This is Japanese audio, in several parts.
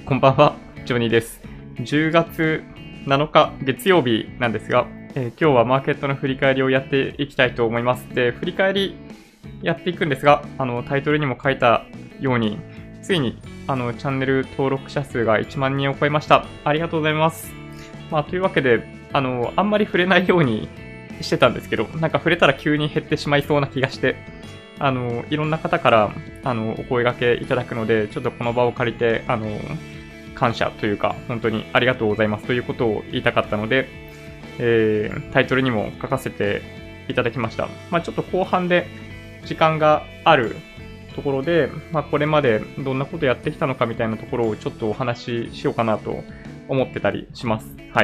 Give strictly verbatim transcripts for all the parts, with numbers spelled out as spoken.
こんばんは、ジョニーです。じゅうがつなのか月曜日なんですが、えー、今日はマーケットの振り返りをやっていきたいと思います。で、振り返りやっていくんですが、あのタイトルにも書いたように、ついにあのチャンネル登録者数がいちまんにんを超えました。ありがとうございます。まあ、というわけで、あの、あんまり触れないようにしてたんですけど、なんか触れたら急に減ってしまいそうな気がして、あの、いろんな方から、あの、お声掛けいただくので、ちょっとこの場を借りて、あの、感謝というか、本当にありがとうございますということを言いたかったので、えー、タイトルにも書かせていただきました。まあ、ちょっと後半で時間があるところで、まあ、これまでどんなことやってきたのかみたいなところをちょっとお話ししようかなと思ってたりします。はい。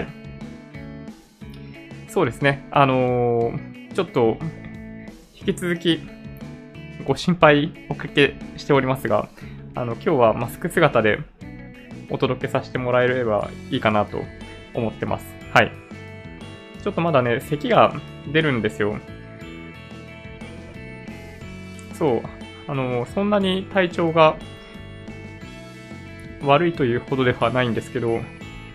そうですね。あのー、ちょっと、引き続きご心配おかけしておりますが、あの、今日はマスク姿でお届けさせてもらえればいいかなと思ってます。はい。ちょっとまだね、咳が出るんですよ。そう。あの、そんなに体調が悪いというほどではないんですけど、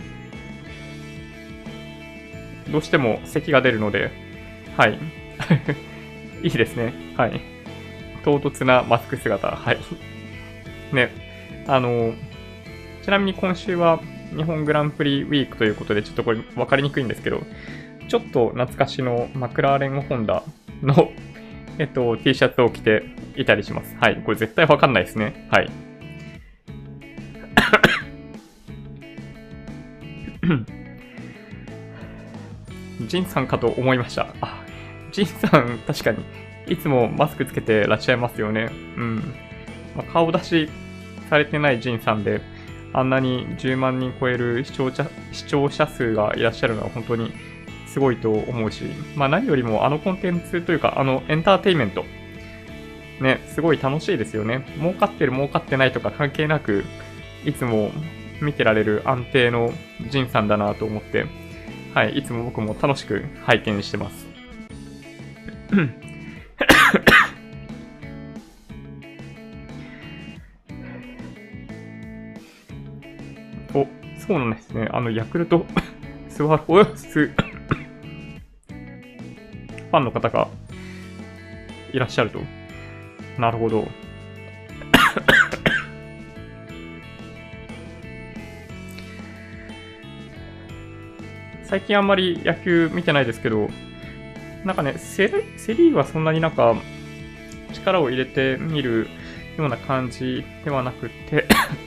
どうしても咳が出るので、はい。いいですね。はい。唐突なマスク姿。はい。ね。あの、ちなみに今週は日本グランプリウィークということで、ちょっとこれ分かりにくいんですけど、ちょっと懐かしのマクラーレンホンダの、えっと、T シャツを着ていたりします。はい。これ絶対分かんないですね。はい。ジンさんかと思いました。あ、ジンさん、確かに、いつもマスクつけてらっしゃいますよね。うん。まあ、顔出しされてないジンさんで、あんなにじゅうまんにん超える視聴者、視聴者数がいらっしゃるのは本当にすごいと思うし、まあ何よりもあのコンテンツというか、あのエンターテインメント、ね、すごい楽しいですよね。儲かってる儲かってないとか関係なく、いつも見てられる安定のジンさんだなと思って、はい、いつも僕も楽しく拝見してます。お、そうなんですね。あの、ヤクルトスワローズファンの方がいらっしゃると。なるほど。最近あんまり野球見てないですけど、なんかね、セセリーグはそんなになんか力を入れて見るような感じではなくて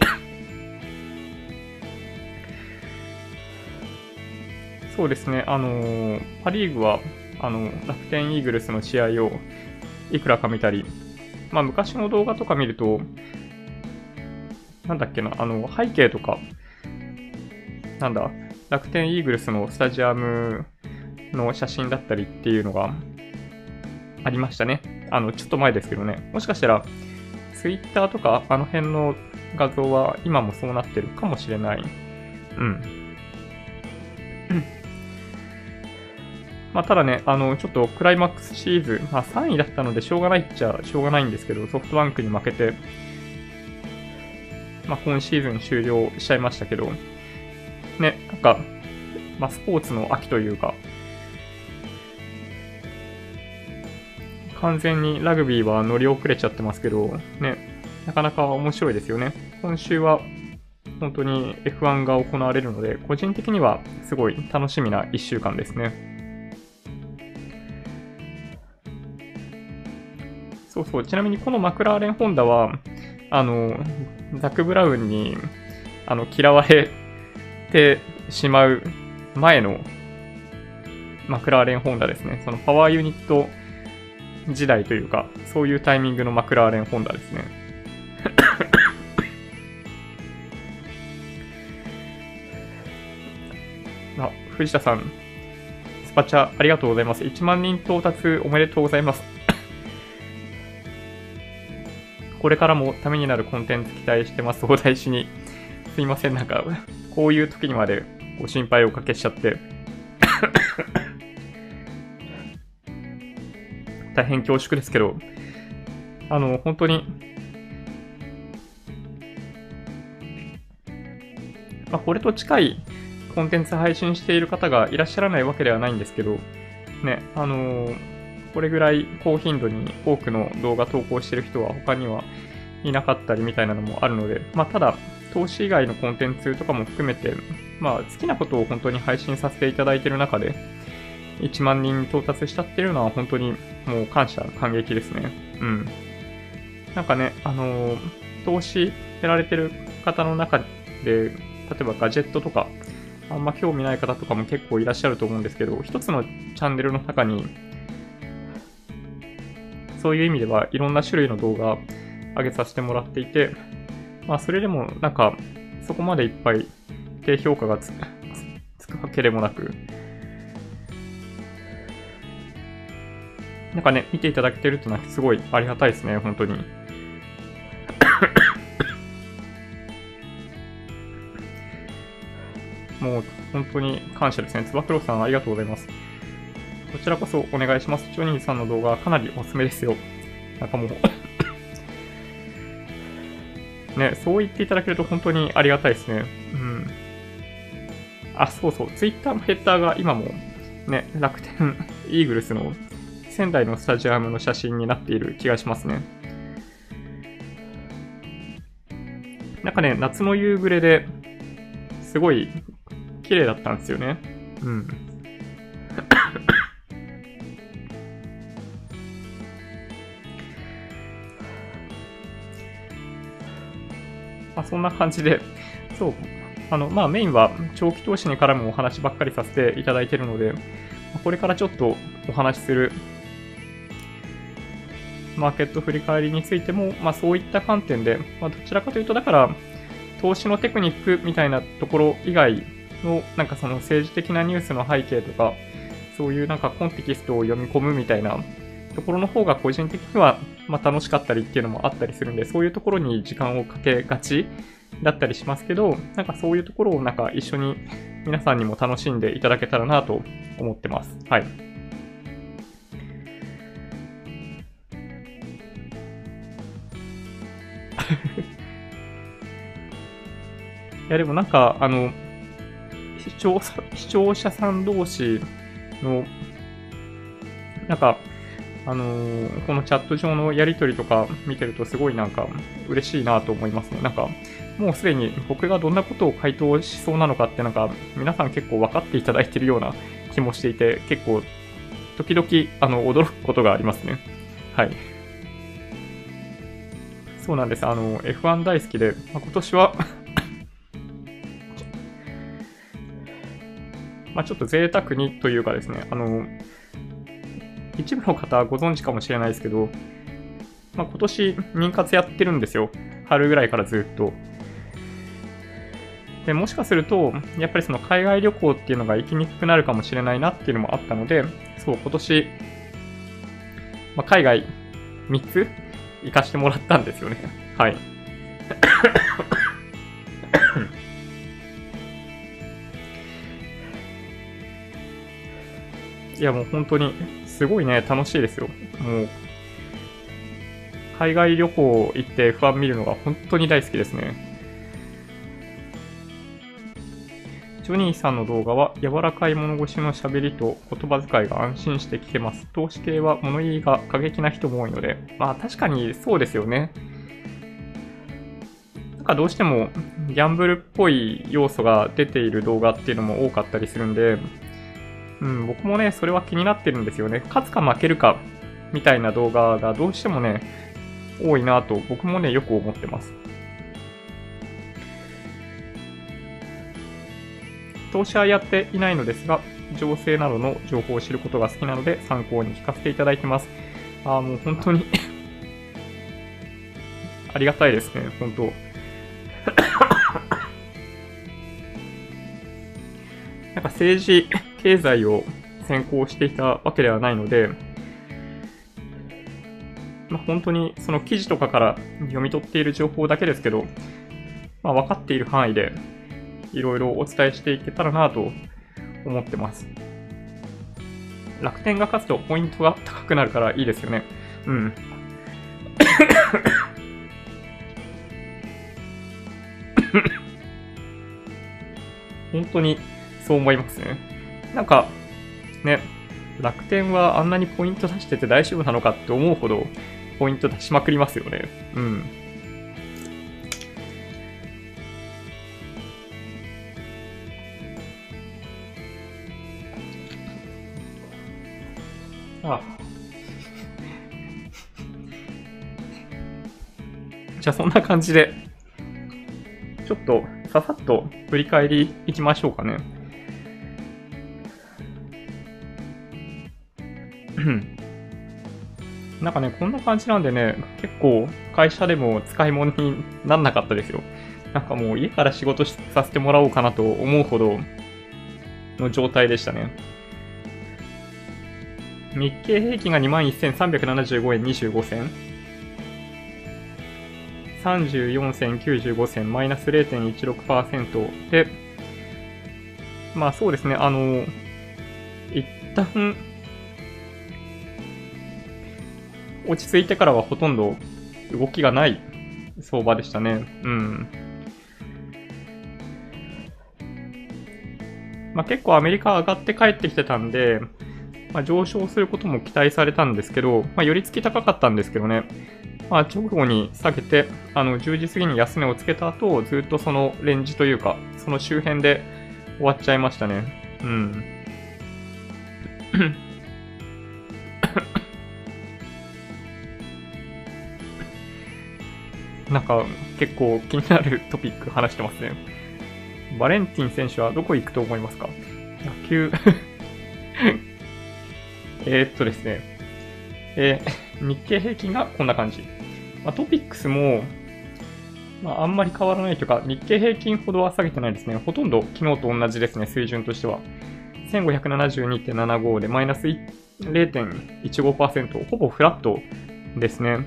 そうですね、あのー、パリーグはあの楽天イーグルスの試合をいくらか見たり、まあ昔の動画とか見ると、なんだっけな、あの背景とか、なんだ、楽天イーグルスのスタジアムの写真だったりっていうのがありましたね。あの、ちょっと前ですけどね。もしかしたら、ツイッターとかあの辺の画像は今もそうなってるかもしれない。うん。まあ、ただね、あの、ちょっとクライマックスシーズン、まあ、さんいだったのでしょうがないっちゃしょうがないんですけど、ソフトバンクに負けて、まあ、今シーズン終了しちゃいましたけど、ね、なんか、まあ、スポーツの秋というか、完全にラグビーは乗り遅れちゃってますけど、ね、なかなか面白いですよね。今週は本当に エフワン が行われるので、個人的にはすごい楽しみないっしゅうかんですね。そうそう、ちなみにこのマクラーレンホンダは、あの、ザク・ブラウンにあの嫌われてしまう前のマクラーレンホンダですね。そのパワーユニット時代というか、そういうタイミングのマクラーレンホンダですね。あ、藤田さん、スパチャありがとうございます。いちまんにん到達おめでとうございます。これからもためになるコンテンツ期待してます。お大事に。すいません、なんか、こういう時にまでご心配をおかけしちゃって。大変恐縮ですけど、あの、本当に、 まあ、これと近いコンテンツ配信している方がいらっしゃらないわけではないんですけど、ね、あのー、これぐらい高頻度に多くの動画投稿している人は他にはいなかったりみたいなのもあるので、まあ、ただ、投資以外のコンテンツとかも含めて、まあ、好きなことを本当に配信させていただいている中で、いちまんにん到達したっていうのは本当にもう感謝、感激ですね。うん。なんかね、あのー、投資やられてる方の中で、例えばガジェットとか、あんま興味ない方とかも結構いらっしゃると思うんですけど、一つのチャンネルの中に、そういう意味ではいろんな種類の動画上げさせてもらっていて、まあそれでもなんかそこまでいっぱい低評価がつく、つくわけでもなく、なんかね、見ていただけてるってのはすごいありがたいですね、本当に。もう本当に感謝ですね。つば九郎さんありがとうございます。こちらこそお願いします。ジョニーさんの動画かなりおすすめですよ。なんかもうね、そう言っていただけると本当にありがたいですね。うん。あ、そうそう。ツイッターのヘッダーが今もね、楽天イーグルスの仙台のスタジアムの写真になっている気がしますね。なんかね、夏の夕暮れですごい綺麗だったんですよね。うん。まあ、そんな感じで、そう、あの、まあメインは長期投資に絡むお話ばっかりさせていただいているので、これからちょっとお話しするマーケット振り返りについても、まあそういった観点で、まあどちらかというと、だから、投資のテクニックみたいなところ以外の、なんかその政治的なニュースの背景とか、そういうなんかコンテキストを読み込むみたいなところの方が個人的にはまあ楽しかったりっていうのもあったりするんで、そういうところに時間をかけがちだったりしますけど、なんかそういうところをなんか一緒に皆さんにも楽しんでいただけたらなと思ってます。はい。いやでもなんかあの視聴者、視聴者さん同士のなんかあのー、このチャット上のやりとりとか見てるとすごいなんか嬉しいなと思いますね。なんかもうすでに僕がどんなことを回答しそうなのかってなんか皆さん結構分かっていただいているような気もしていて、結構時々あの驚くことがありますね。はい。そうなんです。あの エフワン 大好きで、まあ、今年はまあちょっと贅沢にというかですね、あの一部の方はご存知かもしれないですけど、まあ、今年妊活やってるんですよ。春ぐらいからずっと。でもしかすると、やっぱりその海外旅行っていうのが行きにくくなるかもしれないなっていうのもあったので、そう、今年、まあ、海外みっつ行かしてもらったんですよね。はい。いやもう本当にすごいね、楽しいですよ。もう、海外旅行行って エフワン 見るのが本当に大好きですね。ジョニーさんの動画は柔らかい物腰の喋りと言葉遣いが安心して聞けます。投資系は物言いが過激な人も多いので、まあ確かにそうですよね。なんかどうしてもギャンブルっぽい要素が出ている動画っていうのも多かったりするんで、うん、僕もね、それは気になってるんですよね。勝つか負けるかみたいな動画がどうしてもね、多いなと僕もね、よく思ってます。投資はやっていないのですが、情勢などの情報を知ることが好きなので参考に聞かせていただいてます。ああ、もう本当にありがたいですね、本当。なんか政治、経済を専攻していたわけではないので、まあ、本当にその記事とかから読み取っている情報だけですけど、まあ、分かっている範囲でいろいろお伝えしていけたらなと思ってます。楽天が勝つとポイントが高くなるからいいですよね。うん。 本当にそう思いますね。なんか、ね、楽天はあんなにポイント出してて大丈夫なのかって思うほど、ポイント出しまくりますよね。うん。ああじゃあそんな感じで、ちょっとささっと振り返りいきましょうかね。なんかね、こんな感じなんでね、結構会社でも使い物になんなかったですよ。なんかもう家から仕事させてもらおうかなと思うほどの状態でしたね。日経平均が にまんせんさんびゃくななじゅうごえんにじゅうごせん。さんじゅうよんせんきゅうじゅうごせん、マイナス れいてんいちろくパーセント で、まあそうですね、あの、一旦、落ち着いてからはほとんど動きがない相場でしたね。うん。まあ結構アメリカ上がって帰ってきてたんで、まあ、上昇することも期待されたんですけど、まあ、寄り付き高かったんですけどね、まあ、直後に下げて、あのじゅうじ過ぎに安値をつけた後、ずっとそのレンジというか、その周辺で終わっちゃいましたね。うん。なんか結構気になるトピック話してますね。バレンティン選手はどこ行くと思いますか？野球えーっとですね、えー、日経平均がこんな感じ。まあ、トピックスも、まあ、あんまり変わらないというか、日経平均ほどは下げてないですね。ほとんど昨日と同じですね、水準としては。せんごひゃくななじゅうにてんななご でマイナス れいてんいちごパーセント、ほぼフラットですね。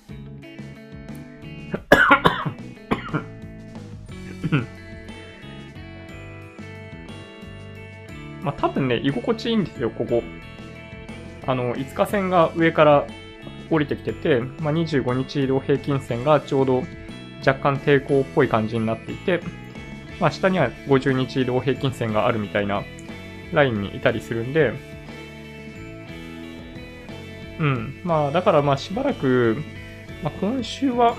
まあ多分ね、居心地いいんですよ、ここ。あの、いつか線が上から降りてきてて、まあ、にじゅうごにち移動平均線がちょうど若干抵抗っぽい感じになっていて、まあ、下にはごじゅうにち移動平均線があるみたいなラインにいたりするんで、うん。まあ、だからまあしばらく、まあ、今週は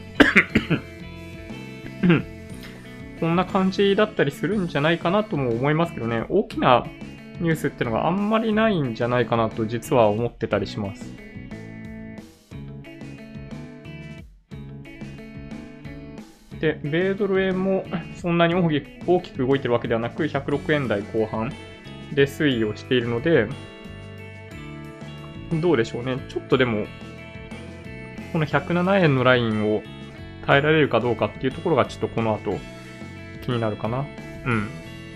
こんな感じだったりするんじゃないかなとも思いますけどね、大きなニュースってのがあんまりないんじゃないかなと実は思ってたりします。で、米ドル円もそんなに大きく動いてるわけではなく、ひゃくろくえん台後半で推移をしているので、どうでしょうね。ちょっとでも、このひゃくななえんのラインを耐えられるかどうかっていうところがちょっとこの後気になるかな。うん。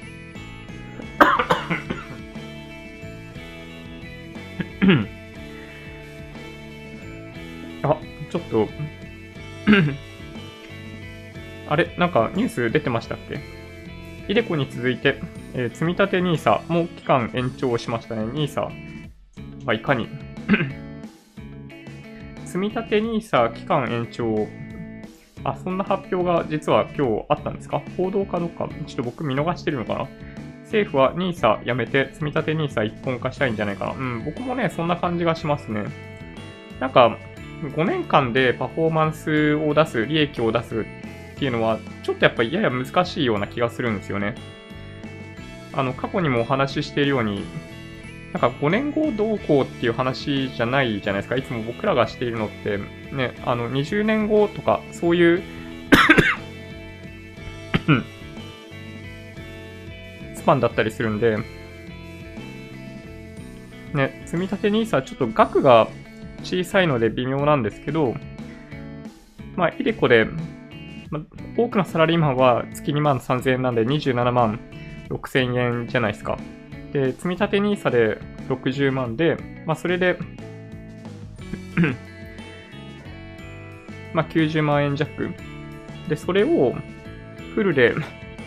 あ、ちょっとあれなんかニュース出てましたっけ？イデコに続いて、えー、積立 ニーサ も期間延長しましたね。ニーサ はいかに積立 ニーサ 期間延長。あ、そんな発表が実は今日あったんですか？報道かどうか、ちょっと僕見逃してるのかな？政府は ニーサ やめて積立 ニーサ 一本化したいんじゃないかな。うん、僕もね、そんな感じがしますね。なんか、ごねんかんでパフォーマンスを出す、利益を出すっていうのは、ちょっとやっぱりやや難しいような気がするんですよね。あの、過去にもお話ししているように、なんかごねんごどうこうっていう話じゃないじゃないですか。いつも僕らがしているのって、ね、あの、にじゅうねんごとか、そういうスパンだったりするんで、ね、積立 ニーサ ちょっと額が小さいので微妙なんですけど、まあ、イデコで、まあ、多くのサラリーマンは月にまんさんぜんえんなんでにじゅうななまんろくせんえんじゃないですか。で、積立 ニーサ でろくじゅうまんで、まあ、それでまあ、きゅうじゅうまんえん弱。で、それをフルで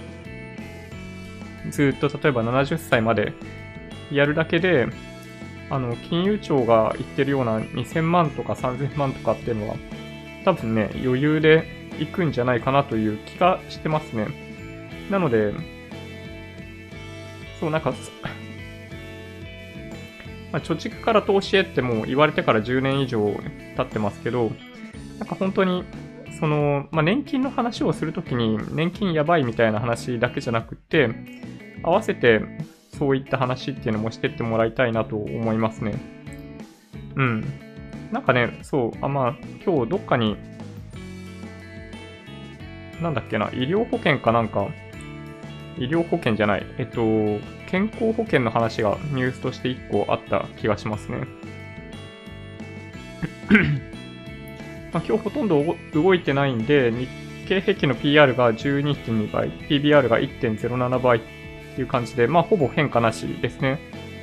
ずっと例えばななじゅっさいまでやるだけで、あの、金融庁が言ってるようなにせんまんとかさんぜんまんとかっていうのは、多分ね、余裕でいくんじゃないかなという気がしてますね。なので、 そう、なんか、まあ、貯蓄から投資へってもう言われてからじゅうねん以上経ってますけど、なんか本当に、その、まあ、年金の話をするときに、年金やばいみたいな話だけじゃなくって、合わせてそういった話っていうのもしてってもらいたいなと思いますね。うん。なんかね、そう、あ、まあ、今日どっかに、なんだっけな、医療保険かなんか、医療保険じゃない、えっと、健康保険の話がニュースとしていっこあった気がしますね。まあ、今日ほとんど動いてないんで、日経平均の ピーアール が じゅうにてんにばい、ピービーアール が いってんゼロなな 倍っていう感じで、まあほぼ変化なしですね。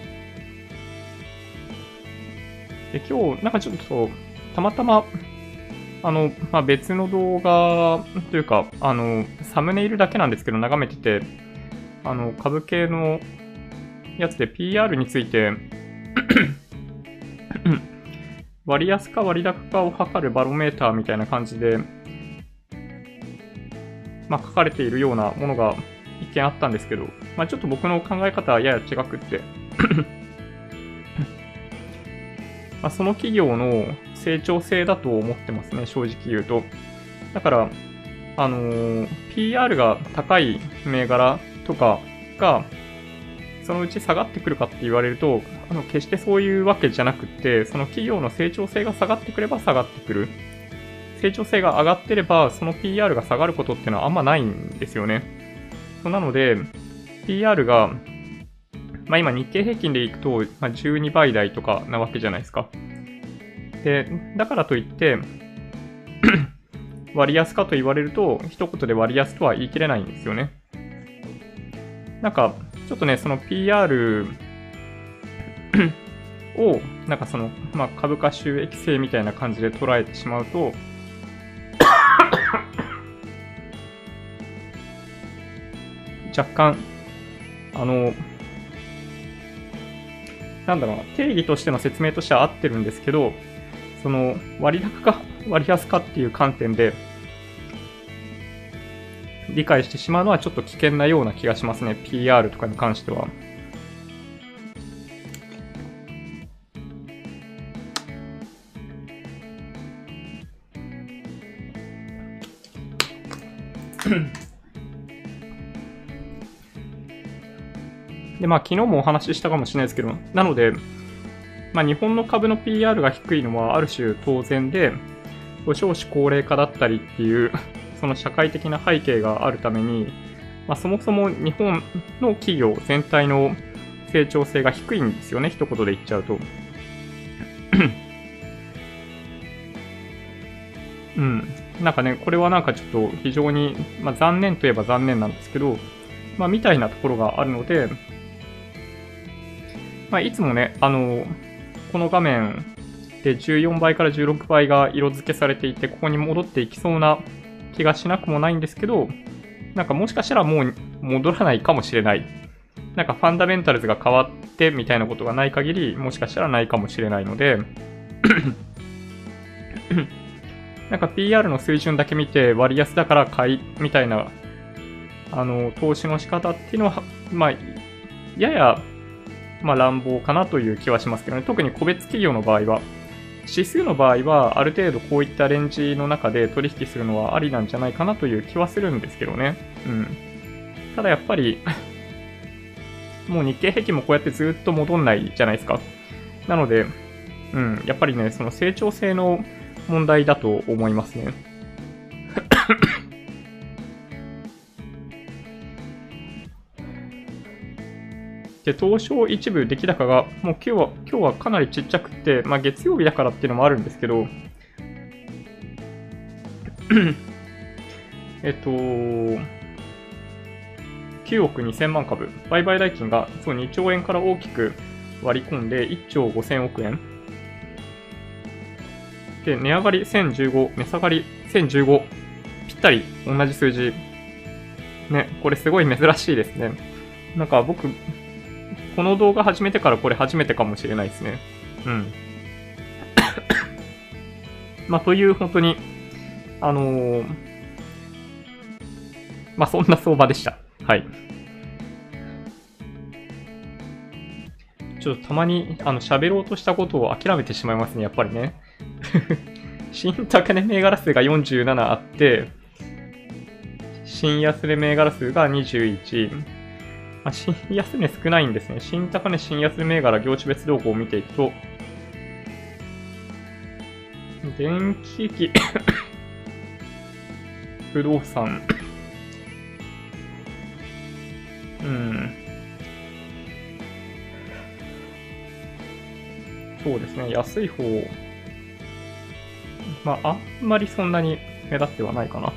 で、今日なんかちょっとたまたまあの、まあ、別の動画というか、あの、サムネイルだけなんですけど眺めてて、あの、株系のやつで ピーアール について割安か割高かを測るバロメーターみたいな感じで、まあ、書かれているようなものが一見あったんですけど、まあ、ちょっと僕の考え方はやや違くってまあその企業の成長性だと思ってますね、正直言うと。だから、あのー、ピーアール が高い銘柄とかが、そのうち下がってくるかって言われると、あの決してそういうわけじゃなくって、その企業の成長性が下がってくれば下がってくる。成長性が上がってれば、その ピーアール が下がることっていうのはあんまないんですよね。なので、ピーアール が、まあ今日経平均でいくと、まあ、じゅうにばい台とかなわけじゃないですか。で、だからといって、割安かと言われると、一言で割安とは言い切れないんですよね。なんか、ちょっとね、その ピーアール を、なんかその、まあ、株価収益性みたいな感じで捉えてしまうと、若干、あの、なんだろうな、定義としての説明としては合ってるんですけど、その割高か割安かっていう観点で理解してしまうのはちょっと危険なような気がしますね。ピーアール とかに関しては。で、まあ昨日もお話ししたかもしれないですけど、なので、まあ、日本の株の ピーアール が低いのはある種当然で、少子高齢化だったりっていうその社会的な背景があるために、まあ、そもそも日本の企業全体の成長性が低いんですよね、一言で言っちゃうと。うん。なんかね、これはなんかちょっと非常に、まあ、残念といえば残念なんですけど、まあ、みたいなところがあるので、まあ、いつもね、あの、この画面でじゅうよんばいからじゅうろくばいが色付けされていて、ここに戻っていきそうな気がしなくもないんですけど、なんかもしかしたらもう戻らないかもしれない。なんかファンダメンタルズが変わってみたいなことがない限り、もしかしたらないかもしれないので、なんか ピーアール の水準だけ見て割安だから買いみたいな、あの、投資の仕方っていうのは、まあ、やや、まあ乱暴かなという気はしますけどね。特に個別企業の場合は、指数の場合はある程度こういったレンジの中で取引するのはありなんじゃないかなという気はするんですけどね。うん。ただやっぱり、もう日経平均もこうやってずっと戻んないじゃないですか。なので、うん、やっぱりね、その成長性の問題だと思いますね。で、東証一部出来高が、もう今日は、今日はかなりちっちゃくて、まあ月曜日だからっていうのもあるんですけど、えっと、きゅうおくにせんまん株、売買代金がそうにちょうえんから大きく割り込んでいっちょうごせんおくえん。で、値上がりせんじゅうご、値下がりせんじゅうご。ぴったり同じ数字。ね、これすごい珍しいですね。なんか僕、この動画始めてからこれ初めてかもしれないですね。うん。まあ、という本当に、あのー、まあ、そんな相場でした。はい。 ちょっとたまに、あの、喋ろうとしたことを諦めてしまいますね、やっぱりね。新高値銘柄数がよんじゅうななあって、新安値銘柄数がにじゅういち。まあ、新安値少ないんですね。新高値、新安値銘柄、業種別動向を見ていくと、電気機器、不動産、うん。そうですね、安い方、まあ、あんまりそんなに目立ってはないかな。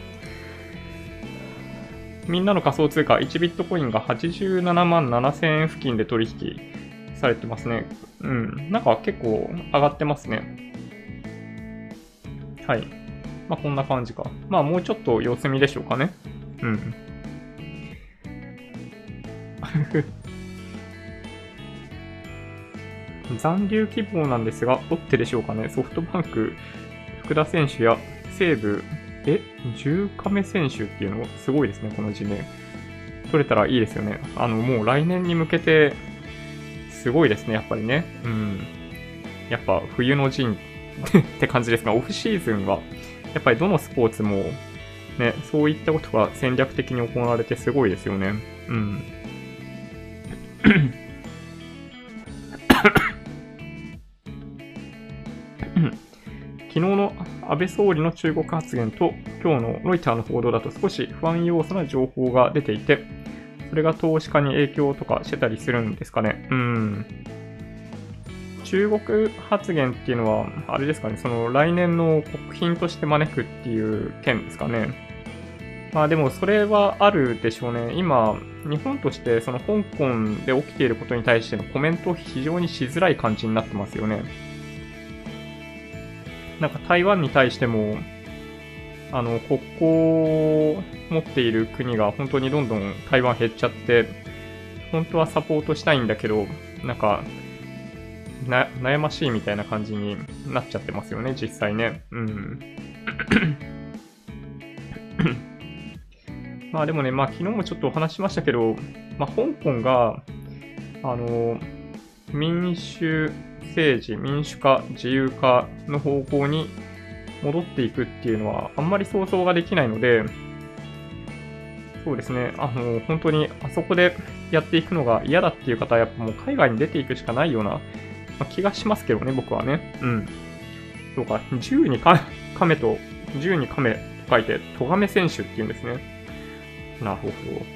みんなの仮想通貨、いちビットコインがはちじゅうななまんななせんえん付近で取引されてますね。うん。なんか結構上がってますね。はい。まあこんな感じか。まあもうちょっと様子見でしょうかね。うん。残留希望なんですが、ロッテでしょうかね。ソフトバンク、福田選手や西武、え、じゅうカメ選手っていうのすごいですね、この字ね。取れたらいいですよね。あの、もう来年に向けて、すごいですね、やっぱりね。うん。やっぱ冬の陣って感じですが、オフシーズンは、やっぱりどのスポーツも、ね、そういったことが戦略的に行われてすごいですよね。うん。昨日の安倍総理の中国発言と今日のロイターの報道だと少し不安要素な情報が出ていて、それが投資家に影響とかしてたりするんですかね。うん。中国発言っていうのは、あれですかね、その来年の国賓として招くっていう件ですかね。まあでもそれはあるでしょうね。今、日本としてその香港で起きていることに対してのコメント非常にしづらい感じになってますよね。なんか台湾に対しても、あの、国交を持っている国が本当にどんどん台湾減っちゃって、本当はサポートしたいんだけど、なんか、な、悩ましいみたいな感じになっちゃってますよね、実際ね。うん。まあでもね、まあ昨日もちょっとお話しましたけど、まあ香港が、あの、民主政治、民主化、自由化の方向に戻っていくっていうのはあんまり想像ができないので、そうですね、あの、本当にあそこでやっていくのが嫌だっていう方はやっぱもう海外に出ていくしかないような、まあ、気がしますけどね、僕はね。うん。そうか、じゅうにカメと、じゅうにカメと書いて、トガメ選手っていうんですね。なるほど。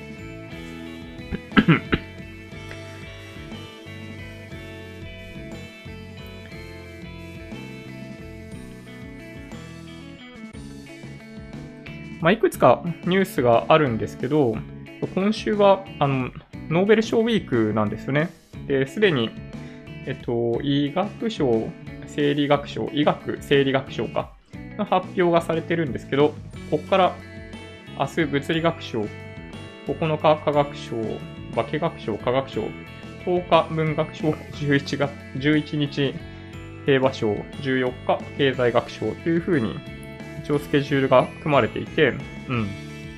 まあ、いくつかニュースがあるんですけど、今週はあのノーベル賞ウィークなんですよね。で、すでに、えっと、医学賞、生理学賞、医学生理学賞か、の発表がされてるんですけど、ここから明日物理学賞、ここのか科学賞、化学賞、科学賞、とおか文学賞、じゅういちがつ、じゅういちにち平和賞、じゅうよっか経済学賞というふうに一応スケジュールが組まれていて、うん。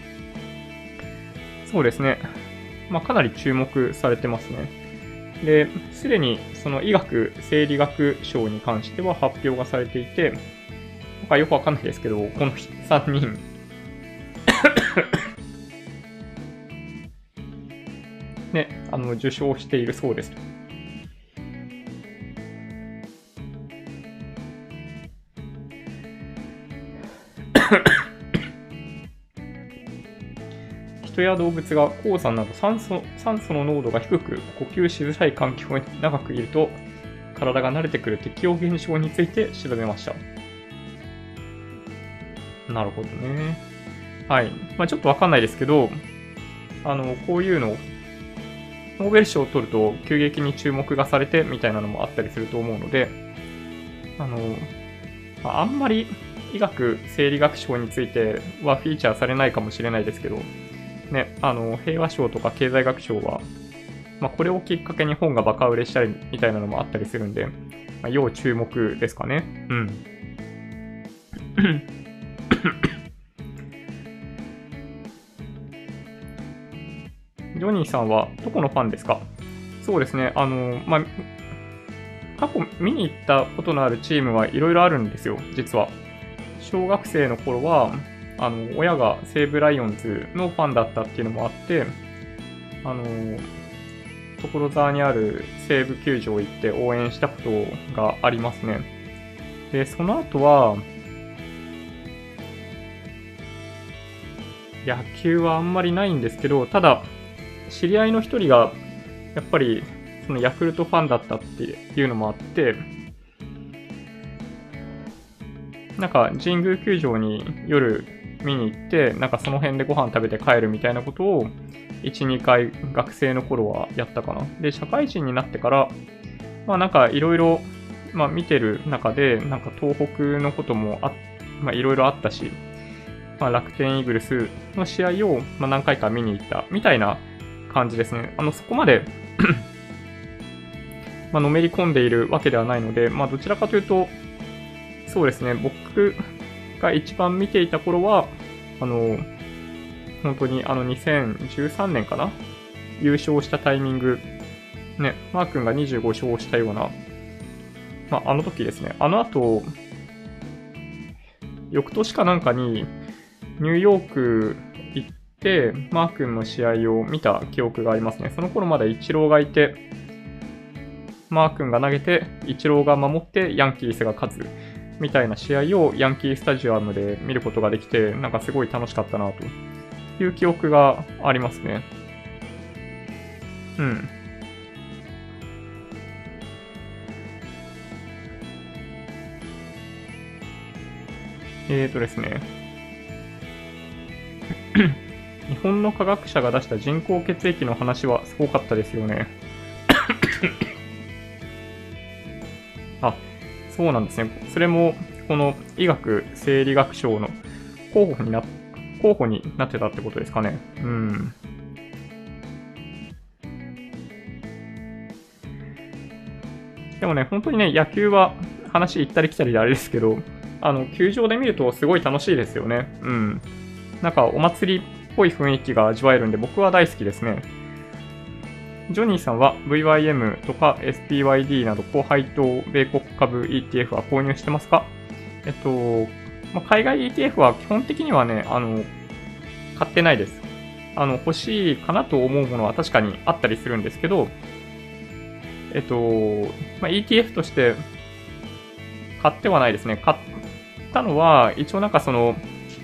そうですね。まあ、かなり注目されてますね。で、すでにその医学、生理学賞に関しては発表がされていて、なんかよくわかんないですけど、このさんにん、ね、あの、受賞しているそうです。人や動物が鉱山など酸素、酸素の濃度が低く呼吸しづらい環境に長くいると体が慣れてくる適応現象について調べました。なるほどね。はい。まあ、ちょっとわかんないですけど、あの、こういうの、ノーベル賞を取ると急激に注目がされてみたいなのもあったりすると思うので、あの、あんまり医学、生理学賞についてはフィーチャーされないかもしれないですけど、ね、あの、平和賞とか経済学賞は、まあ、これをきっかけに本がバカ売れしたりみたいなのもあったりするんで、まあ、要注目ですかね。うん。ジョニーさんはどこのファンですか？そうですね、あの、まあ、 過去見に行ったことのあるチームはいろいろあるんですよ、実は。小学生の頃は、あの、親が西武ライオンズのファンだったっていうのもあって、あの、所沢にある西武球場行って応援したことがありますね。で、その後は、野球はあんまりないんですけど、ただ、知り合いの一人が、やっぱり、そのヤクルトファンだったっていうのもあって、なんか神宮球場に夜見に行って、なんかその辺でご飯食べて帰るみたいなことを、いち、にかい学生の頃はやったかな。で、社会人になってから、まあなんかいろいろ、まあ見てる中で、なんか東北のこともあ、まあいろいろあったし、まあ楽天イーグルスの試合を、まあ、何回か見に行ったみたいな感じですね。あの、そこまでまあのめり込んでいるわけではないので、まあどちらかというと、そうですね、僕が一番見ていた頃は、あの、本当にあのにせんじゅうさんねんかな優勝したタイミング、ね、マー君がにじゅうご勝したような、まああの時ですね、あの後、翌年かなんかにニューヨーク行って、マー君の試合を見た記憶がありますね。その頃まだイチローがいて、マー君が投げて、イチローが守ってヤンキースが勝つ。みたいな試合をヤンキースタジアムで見ることができて、なんかすごい楽しかったなという記憶がありますね。うん。えーとですね。日本の科学者が出した人工血液の話はすごかったですよね。あ、そうなんですね。それも、この医学生理学賞の候補にな、候補になってたってことですかね。うん。でもね、本当にね、野球は話行ったり来たりであれですけど、あの、球場で見るとすごい楽しいですよね。うん。なんかお祭りっぽい雰囲気が味わえるんで、僕は大好きですね。ジョニーさんは ブイワイエム とか エスピーワイディー など高配当米国株 イーティーエフ は購入してますか？えっと、まあ、海外 イーティーエフ は基本的にはね、あの、買ってないです。あの、欲しいかなと思うものは確かにあったりするんですけど、えっと、まあ、イーティーエフ として買ってはないですね。買ったのは、一応なんかその、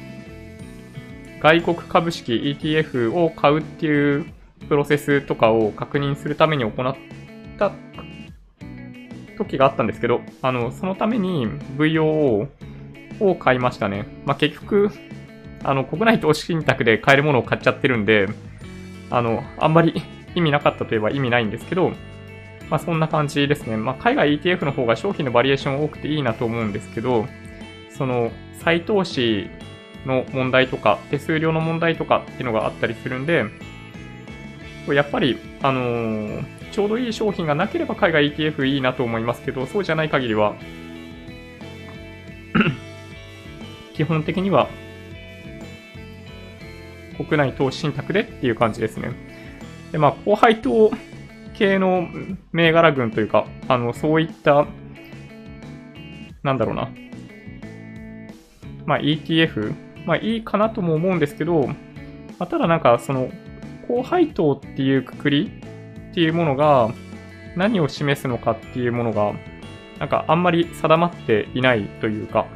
外国株式 イーティーエフ を買うっていうプロセスとかを確認するために行った時があったんですけど、あの、そのために ブイオーオー を買いましたね。まあ、結局、あの、国内投資信託で買えるものを買っちゃってるんで、あの、あんまり意味なかったといえば意味ないんですけど、まあ、そんな感じですね。まあ、海外 イーティーエフ の方が商品のバリエーション多くていいなと思うんですけど、その、再投資の問題とか、手数料の問題とかっていうのがあったりするんで、やっぱり、あのー、ちょうどいい商品がなければ海外 イーティーエフ いいなと思いますけど、そうじゃない限りは、基本的には、国内投資信託でっていう感じですね。で、まあ、高配当系の銘柄群というか、あの、そういった、なんだろうな。まあ、イーティーエフ、まあ、いいかなとも思うんですけど、まあ、ただなんか、その、高配当っていうくくりっていうものが、何を示すのかっていうものが、なんかあんまり定まっていないというか、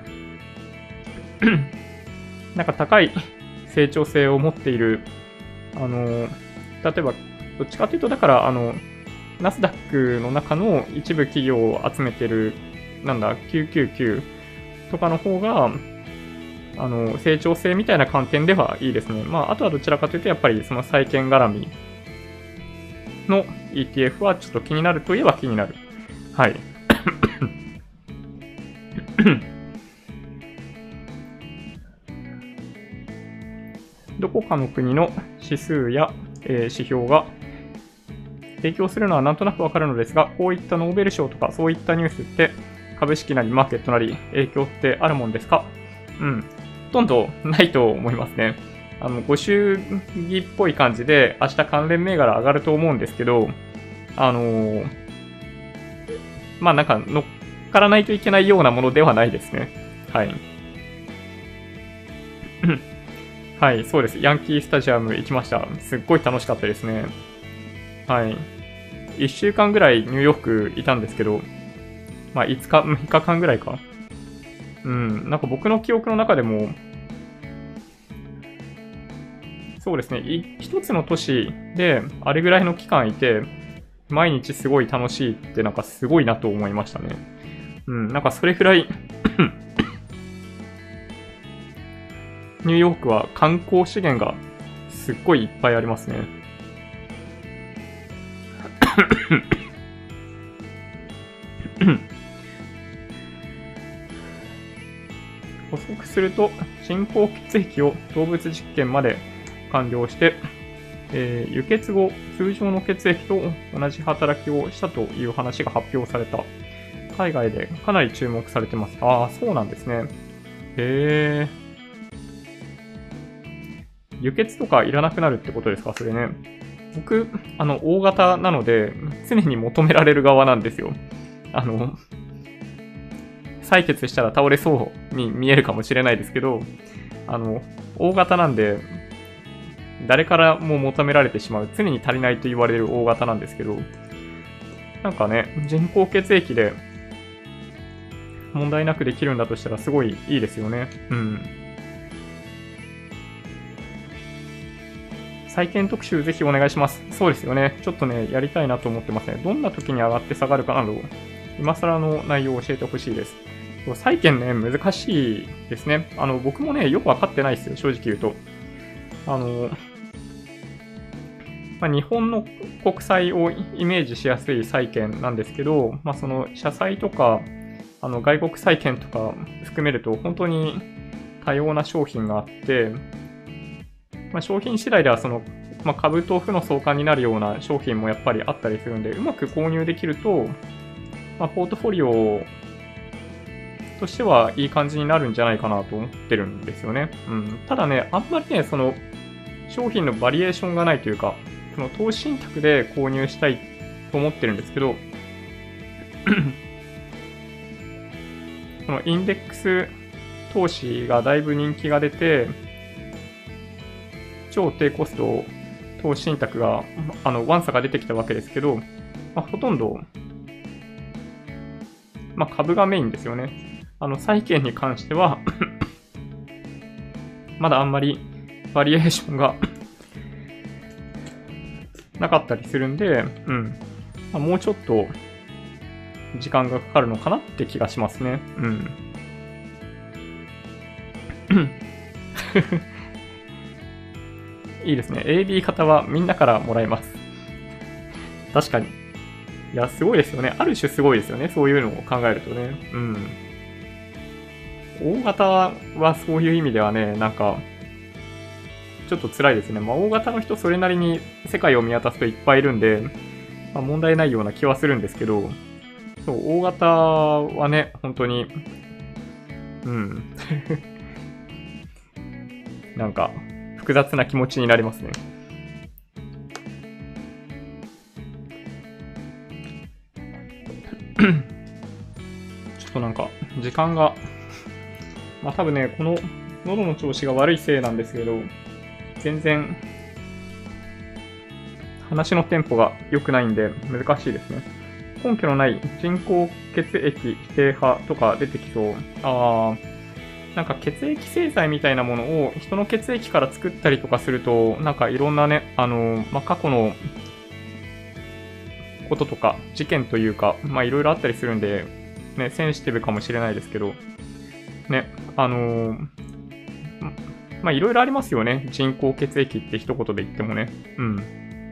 なんか高い成長性を持っている、あの、例えば、どっちかというと、だから、あの、ナスダックの中の一部企業を集めてる、なんだ、きゅうきゅうきゅうとかの方が、あの、成長性みたいな観点ではいいですね。まあ、あとはどちらかというと、やっぱりその債券絡みの イーティーエフ はちょっと気になるといえば気になる。はい。どこかの国の指数や、えー、指標が影響するのはなんとなくわかるのですが、こういったノーベル賞とかそういったニュースって株式なりマーケットなり影響ってあるもんですか？うん。ほとんどないと思いますね。あの、ご祝儀っぽい感じで明日関連銘柄上がると思うんですけど、あのー、 まあなんか乗っからないといけないようなものではないですね。はい。はい、そうです。ヤンキースタジアム行きました。すっごい楽しかったですね。はい。いっしゅうかんぐらいニューヨークいたんですけど、まあいつか、みっかかんぐらいか。うん、なんか僕の記憶の中でも、そうですね、一つの都市であれぐらいの期間いて、毎日すごい楽しいってなんかすごいなと思いましたね。うん、なんかそれぐらいニューヨークは観光資源がすっごいいっぱいありますね。補足すると、人工血液を動物実験まで完了して、えー、輸血後、通常の血液と同じ働きをしたという話が発表された。海外でかなり注目されてます。ああ、そうなんですね。へえ。輸血とかいらなくなるってことですか、それね。僕、あの、大型なので、常に求められる側なんですよ。あの、採血したら倒れそうに見えるかもしれないですけど、あの、大型なんで、誰からも求められてしまう、常に足りないと言われる大型なんですけど、なんかね、人工血液で問題なくできるんだとしたらすごいいいですよね。うん。再建特集ぜひお願いします。そうですよね。ちょっとね、やりたいなと思ってますね。どんな時に上がって下がるかなど、今更の内容を教えてほしいです。債券ね、難しいですね。あの、僕もね、よくわかってないですよ、正直言うと。あの、まあ、日本の国債をイメージしやすい債券なんですけど、まあ、その社債とか、あの外国債券とか含めると、本当に多様な商品があって、まあ、商品次第ではその、まあ、株と負の相関になるような商品もやっぱりあったりするんで、うまく購入できると、まあ、ポートフォリオとしてはいい感じになるんじゃないかなと思ってるんですよね。うん、ただね、あんまりね、その商品のバリエーションがないというか、その投資信託で購入したいと思ってるんですけど、このインデックス投資がだいぶ人気が出て、超低コスト投資信託が、あの、ワンサが出てきたわけですけど、まあ、ほとんど、まあ、株がメインですよね。あの、債券に関してはまだあんまりバリエーションがなかったりするんで、うん。まあ、もうちょっと時間がかかるのかなって気がしますね。うん。いいですね。エービー 型はみんなからもらえます。確かに。いや、すごいですよね。ある種すごいですよね。そういうのを考えるとね。うん。大型はそういう意味ではね、なんか、ちょっと辛いですね。まあ、大型の人それなりに世界を見渡すといっぱいいるんで、まあ、問題ないような気はするんですけど、そう、大型はね、本当に、うん。なんか、複雑な気持ちになりますね。ちょっとなんか、時間が、まあ多分ね、この喉の調子が悪いせいなんですけど、全然、話のテンポが良くないんで難しいですね。根拠のない人工血液否定派とか出てきそう。あー。なんか血液製剤みたいなものを人の血液から作ったりとかすると、なんかいろんなね、あの、まあ、過去のこととか、事件というか、まあいろいろあったりするんで、ね、センシティブかもしれないですけど、ね、あのー、まあいろいろありますよね。人工血液って一言で言ってもね。うん。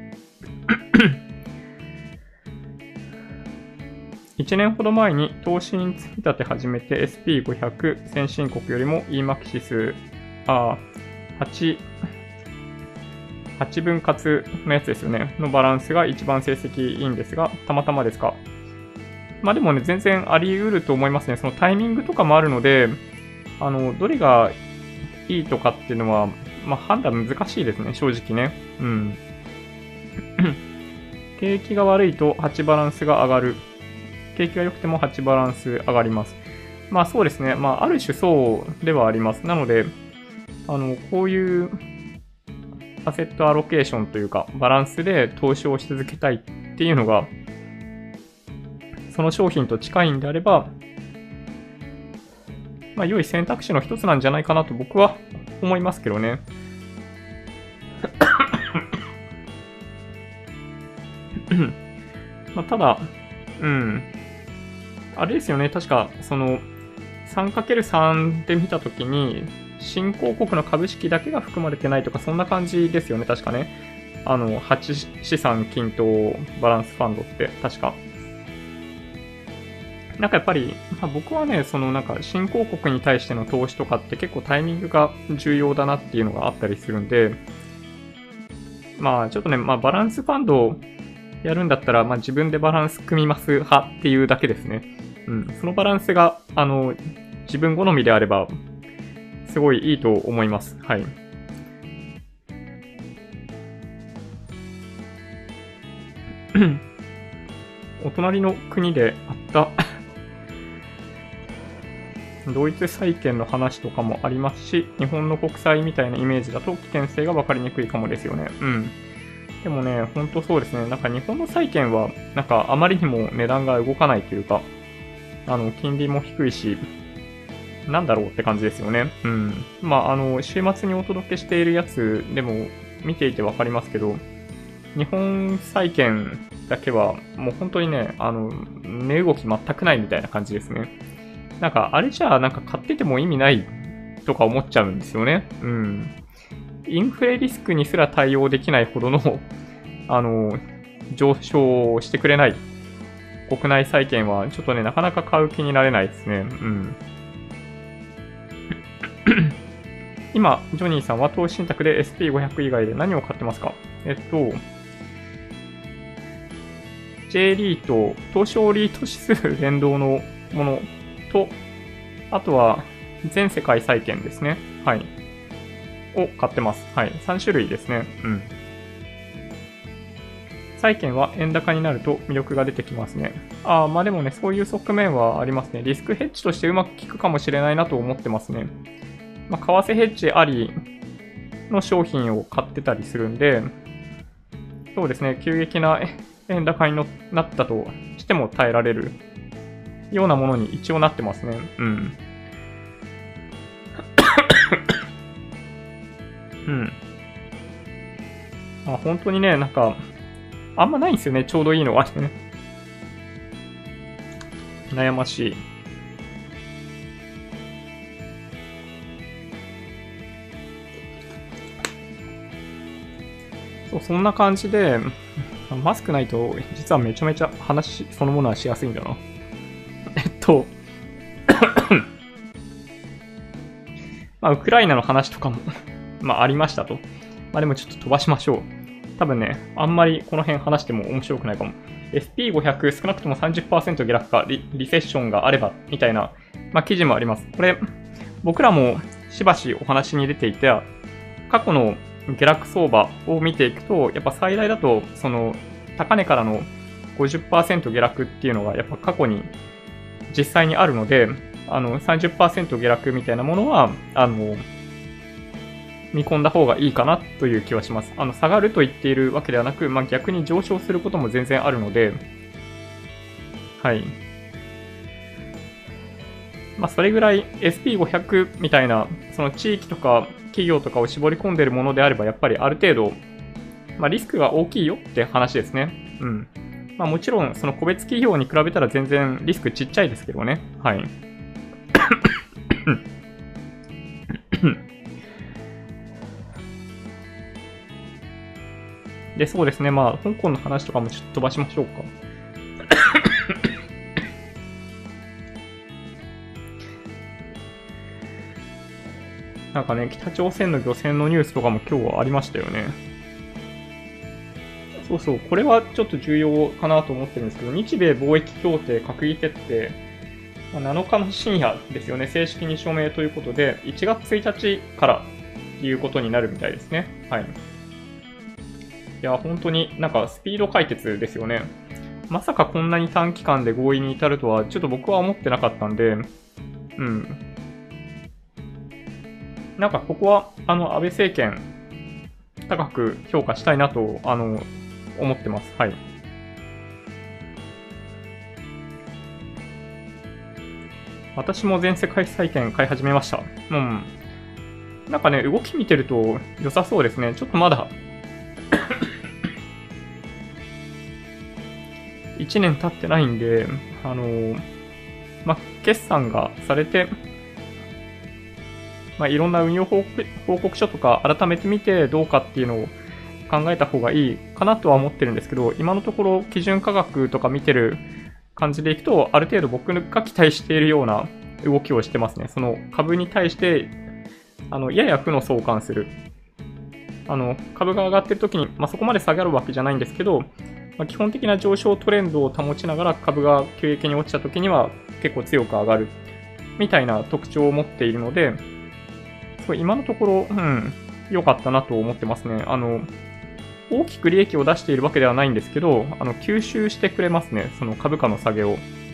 いちねんほど前に投資に積み立て始めて エスピーごひゃく 先進国よりも イーマックス 指数、あ8、はちぶん割のやつですよね。のバランスが一番成績いいんですが、たまたまですか。まあでもね、全然あり得ると思いますね。そのタイミングとかもあるので、あの、どれがいいとかっていうのは、まあ判断難しいですね、正直ね。うん。景気が悪いとはちバランスが上がる。 景気が良くてもはちバランス上がります。まあそうですね。まあある種そうではあります。なので、あの、こういうアセットアロケーションというか、バランスで投資をし続けたいっていうのが、その商品と近いんであれば、まあ良い選択肢の一つなんじゃないかなと僕は思いますけどね。まあただ、うん。あれですよね。確か、その、さんかけるさん で見たときに、新興国の株式だけが含まれてないとか、そんな感じですよね。確かね。あの、はち資産均等バランスファンドって、確か。なんかやっぱり、まあ、僕はね、そのなんか新興国に対しての投資とかって結構タイミングが重要だなっていうのがあったりするんで、まあちょっとね、まあバランスファンドをやるんだったら、まあ自分でバランス組みます派っていうだけですね。うん。そのバランスが、あの、自分好みであれば、すごいいいと思います。はい。お隣の国であったドイツ債券の話とかもありますし、日本の国債みたいなイメージだと危険性が分かりにくいかもですよね。うん。でもね、ほんとそうですね。なんか日本の債券は、なんかあまりにも値段が動かないというか、あの、金利も低いし、なんだろうって感じですよね。うん。まあ、あの、週末にお届けしているやつでも見ていて分かりますけど、日本債券だけはもう本当にね、あの、値動き全くないみたいな感じですね。なんか、あれじゃあなんか買ってても意味ないとか思っちゃうんですよね。うん。インフレリスクにすら対応できないほどの、あの、上昇をしてくれない国内債券はちょっとね、なかなか買う気になれないですね。うん。今、ジョニーさんは投資信託で エスピーごひゃく 以外で何を買ってますか？えっと、J リート、東証リート指数連動のものと、あとは全世界債券ですね。はい。を買ってます。はい。さん種類ですね。うん。債券は円高になると魅力が出てきますね。ああ、まあでもね、そういう側面はありますね。リスクヘッジとしてうまく効くかもしれないなと思ってますね。まあ、為替ヘッジありの商品を買ってたりするんで、そうですね、急激な円高になったとしても耐えられるようなものに一応なってますね。うん。うん。あ、本当にね、なんか、あんまないんですよね、ちょうどいいのはね。悩ましい。そう、そんな感じで、マスクないと、実はめちゃめちゃ話そのものはしやすいんだな。えっと、まあ、ウクライナの話とかもまあ、ありましたと。まあ、でもちょっと飛ばしましょう。多分ね、あんまりこの辺話しても面白くないかも。エスピーごひゃく 少なくとも さんじゅっパーセント 下落かリ、リセッションがあれば、みたいな、まあ、記事もあります。これ、僕らもしばしお話に出ていた、過去の下落相場を見ていくと、やっぱ最大だと、その、高値からの ごじゅっパーセント 下落っていうのが、やっぱ過去に実際にあるので、あの、さんじゅっパーセント 下落みたいなものは、あの、見込んだ方がいいかなという気はします。あの、下がると言っているわけではなく、まあ、逆に上昇することも全然あるので、はい。まあ、それぐらい エスピーごひゃく みたいな、その地域とか企業とかを絞り込んでいるものであれば、やっぱりある程度、まあ、リスクが大きいよって話ですね。うん。まあ、もちろん、その個別企業に比べたら全然リスクちっちゃいですけどね。はい。で、そうですね。まあ、香港の話とかもちょっと飛ばしましょうか。なんかね、北朝鮮の漁船のニュースとかも今日はありましたよね。そうそう、これはちょっと重要かなと思ってるんですけど、日米貿易協定閣議決定、なのかの深夜ですよね、正式に署名ということで、いちがつついたちからということになるみたいですね。はい。いや、本当になんかスピード解決ですよね。 まさかこんなに短期間で合意に至るとは、ちょっと僕は思ってなかったんで、うん。なんかここは、あの、安倍政権、高く評価したいなと、あの、思ってます。はい。私も全世界債券買い始めました。うん。なんかね、動き見てると良さそうですね。ちょっとまだいちねん経ってないんで、あのー、まあ、決算がされて、まあ、いろんな運用報告、報告書とか改めて見てどうかっていうのを考えた方がいいかなとは思ってるんですけど、今のところ基準価格とか見てる感じでいくと、ある程度僕が期待しているような動きをしてますね。その株に対して、あの、やや負の相関する。あの、株が上がってる時に、まあ、そこまで下がるわけじゃないんですけど、まあ、基本的な上昇トレンドを保ちながら株が急激に落ちた時には結構強く上がるみたいな特徴を持っているので、すごい今のところ、うん、良かったなと思ってますね。あの、大きく利益を出しているわけではないんですけど、あの、吸収してくれますね。その株価の下げを。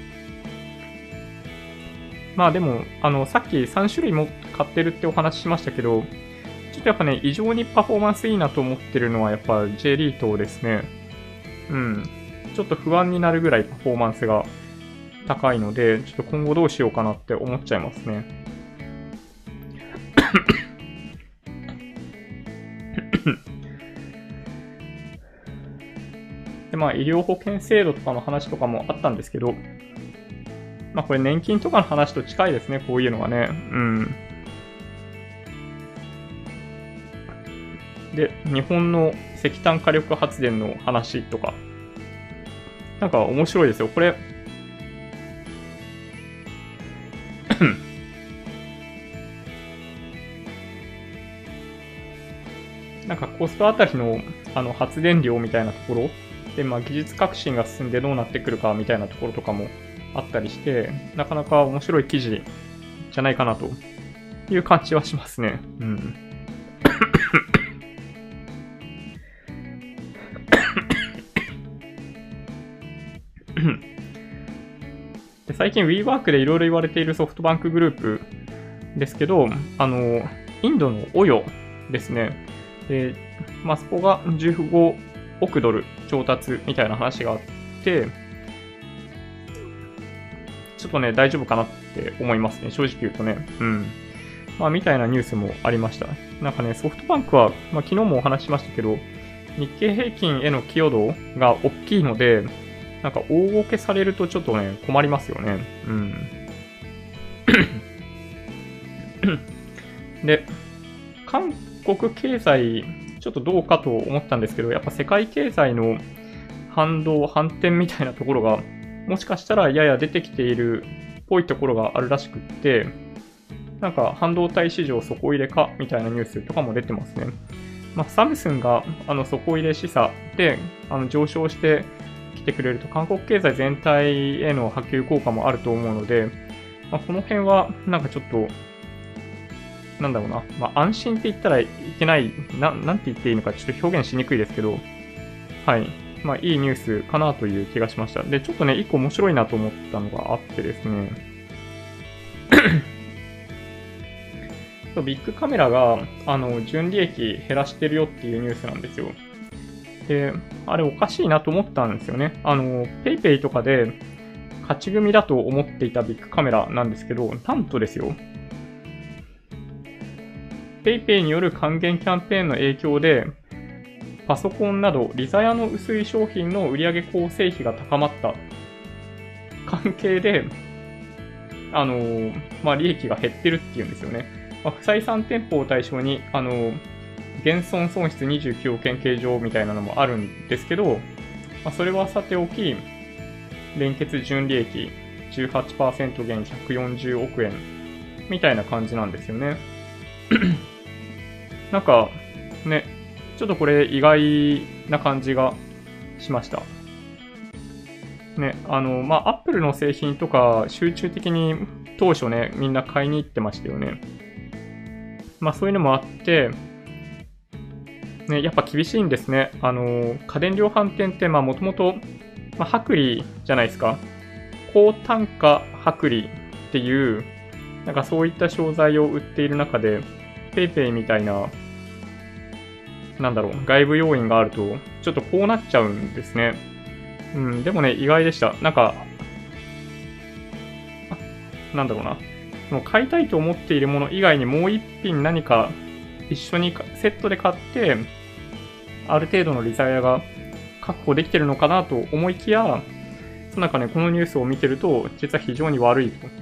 まあでも、あの、さっきさん種類も買ってるってお話ししましたけど、ちょっとやっぱね、異常にパフォーマンスいいなと思ってるのはやっぱ J リートですね。うん。ちょっと不安になるぐらいパフォーマンスが高いので、ちょっと今後どうしようかなって思っちゃいますね。で、まあ、医療保険制度とかの話とかもあったんですけど、まあ、これ年金とかの話と近いですね、こういうのがね。うん。で、日本の石炭火力発電の話とか、なんか面白いですよ。これ、なんかコストあたりのあの発電量みたいなところで、まあ、技術革新が進んでどうなってくるかみたいなところとかもあったりして、なかなか面白い記事じゃないかなという感じはしますね。うん。で最近 WeWork でいろいろ言われているソフトバンクグループですけど、あの、インドのオヨですね。で、まあ、そこがじゅうごおくドル調達みたいな話があって、ちょっとね、大丈夫かなって思いますね。正直言うとね。うん。まあ、みたいなニュースもありました。なんかね、ソフトバンクは、まあ、昨日もお話ししましたけど、日経平均への寄与度が大きいので、なんか大ごけされるとちょっとね、困りますよね。うん。で、韓国経済、ちょっとどうかと思ったんですけど、やっぱ世界経済の反動、反転みたいなところが、もしかしたらやや出てきているっぽいところがあるらしくって、なんか半導体市場底入れかみたいなニュースとかも出てますね。まあ、サムスンがあの底入れ示唆であの上昇してきてくれると、韓国経済全体への波及効果もあると思うので、まあ、この辺はなんかちょっと、なんだろうな、まあ、安心って言ったらいけない、な、なんて言っていいのかちょっと表現しにくいですけど、はい。まあ、いいニュースかなという気がしました。で、ちょっとね、一個面白いなと思ったのがあってですね、ビッグカメラが、あの、純利益減らしてるよっていうニュースなんですよ。で、あれおかしいなと思ったんですよね。あの、ペイペイとかで勝ち組だと思っていたビッグカメラなんですけど、なんとですよ、ペイペイによる還元キャンペーンの影響で、パソコンなどリザヤの薄い商品の売上構成比が高まった関係で、あの、まあ、利益が減ってるっていうんですよね。まあ、不採算店舗を対象に、あの、減損損失にじゅうきゅうおくえん計上みたいなのもあるんですけど、まあ、それはさておき、連結純利益 じゅうはちパーセント 減ひゃくよんじゅうおくえんみたいな感じなんですよね。なんか、ね、ちょっとこれ意外な感じがしました。ね、あの、まあ、Apple の製品とか集中的に当初ね、みんな買いに行ってましたよね。まあ、そういうのもあって、ね、やっぱ厳しいんですね。あの、家電量販店って、まあ、もともとまあ、薄利じゃないですか。高単価薄利っていう、なんかそういった商材を売っている中で、PayPay みたいな、なんだろう、外部要因があると、ちょっとこうなっちゃうんですね。うん、でもね、意外でした。なんか、なんだろうな。もう買いたいと思っているもの以外にもう一品何か一緒にセットで買って、ある程度のリザヤが確保できてるのかなと思いきや、なんかね、このニュースを見てると、実は非常に悪いと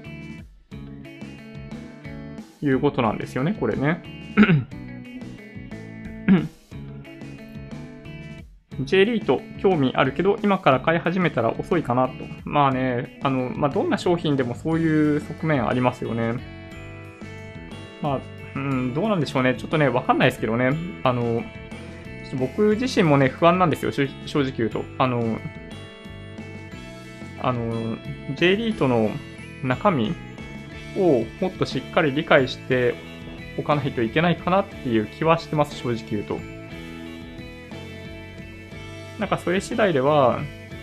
いうことなんですよね、これね。J リート興味あるけど、今から買い始めたら遅いかなと。まあね、あの、まあ、どんな商品でもそういう側面ありますよね。まあ、うん、どうなんでしょうね。ちょっとね、わかんないですけどね。あの、僕自身もね、不安なんですよ、正直言うと。あの、あの、J リートの中身をもっとしっかり理解しておかないといけないかなっていう気はしてます、正直言うと。なんかそれ次第では、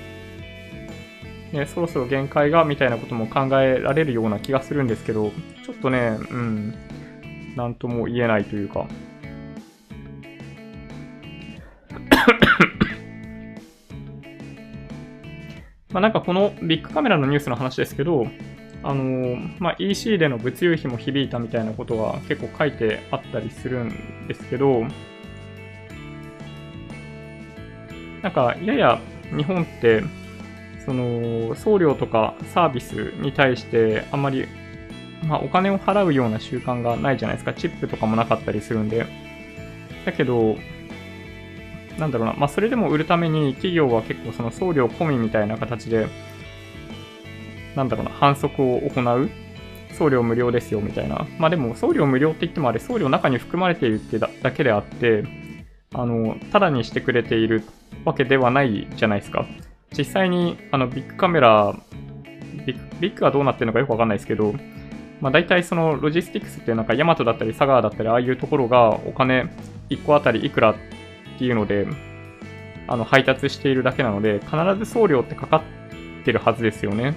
ね、そろそろ限界がみたいなことも考えられるような気がするんですけど、ちょっとね、うん、なんとも言えないというか。まあなんかこのビッグカメラのニュースの話ですけど、あのー、まあ イーシー での物流費も響いたみたいなことは結構書いてあったりするんですけど、なんかやや日本ってその送料とかサービスに対してあんまり、まあ、お金を払うような習慣がないじゃないですか。チップとかもなかったりするんで。だけど、なんだろうな、まあそれでも売るために企業は結構その送料込みみたいな形で、なんだろうな、販促を行う。送料無料ですよみたいな。まあでも送料無料って言ってもあれ送料中に含まれているってだけであって、あの、ただにしてくれているわけではないじゃないですか。実際にあのビッグカメラ、ビッグ、ビッグがどうなってるのかよくわかんないですけど、まあ大体そのロジスティクスってなんかヤマトだったりサガーだったりああいうところがお金いっこあたりいくらっていうので、あの配達しているだけなので、必ず送料ってかかってるはずですよね。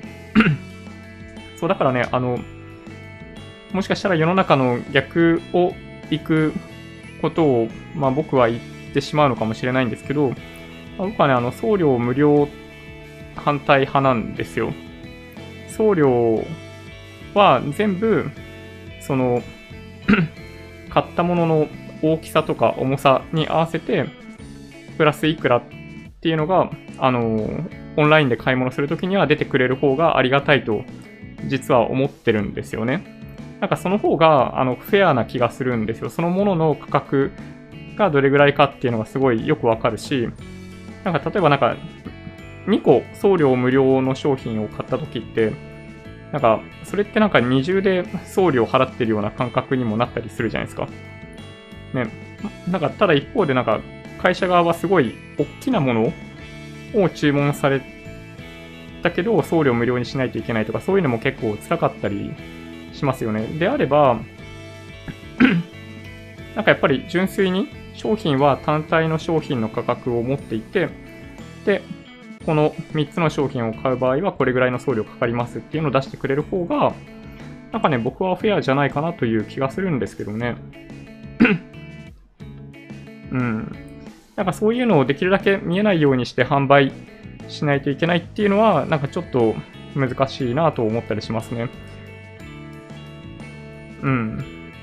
そうだからね、あの、もしかしたら世の中の逆を行くことを、まあ僕は言ってしまうのかもしれないんですけど、僕はね、あの、送料無料反対派なんですよ。送料は全部、その、買ったものの大きさとか重さに合わせて、プラスいくらっていうのが、あの、オンラインで買い物するときには出てくれる方がありがたいと、実は思ってるんですよね。なんかその方が、あの、フェアな気がするんですよ。そのものの価格がどれぐらいかっていうのがすごいよくわかるし、なんか例えばなんか、にこ送料無料の商品を買ったときって、なんか、それってなんか二重で送料払ってるような感覚にもなったりするじゃないですか。ね。なんか、ただ一方でなんか、会社側はすごい大きなものを注文されたけど、送料無料にしないといけないとか、そういうのも結構辛かったりしますよね。であれば、なんかやっぱり純粋に商品は単体の商品の価格を持っていて、で、このみっつの商品を買う場合はこれぐらいの送料かかりますっていうのを出してくれる方が、なんかね、僕はフェアじゃないかなという気がするんですけどね。うん。なんかそういうのをできるだけ見えないようにして販売しないといけないっていうのは、なんかちょっと難しいなと思ったりしますね。うん。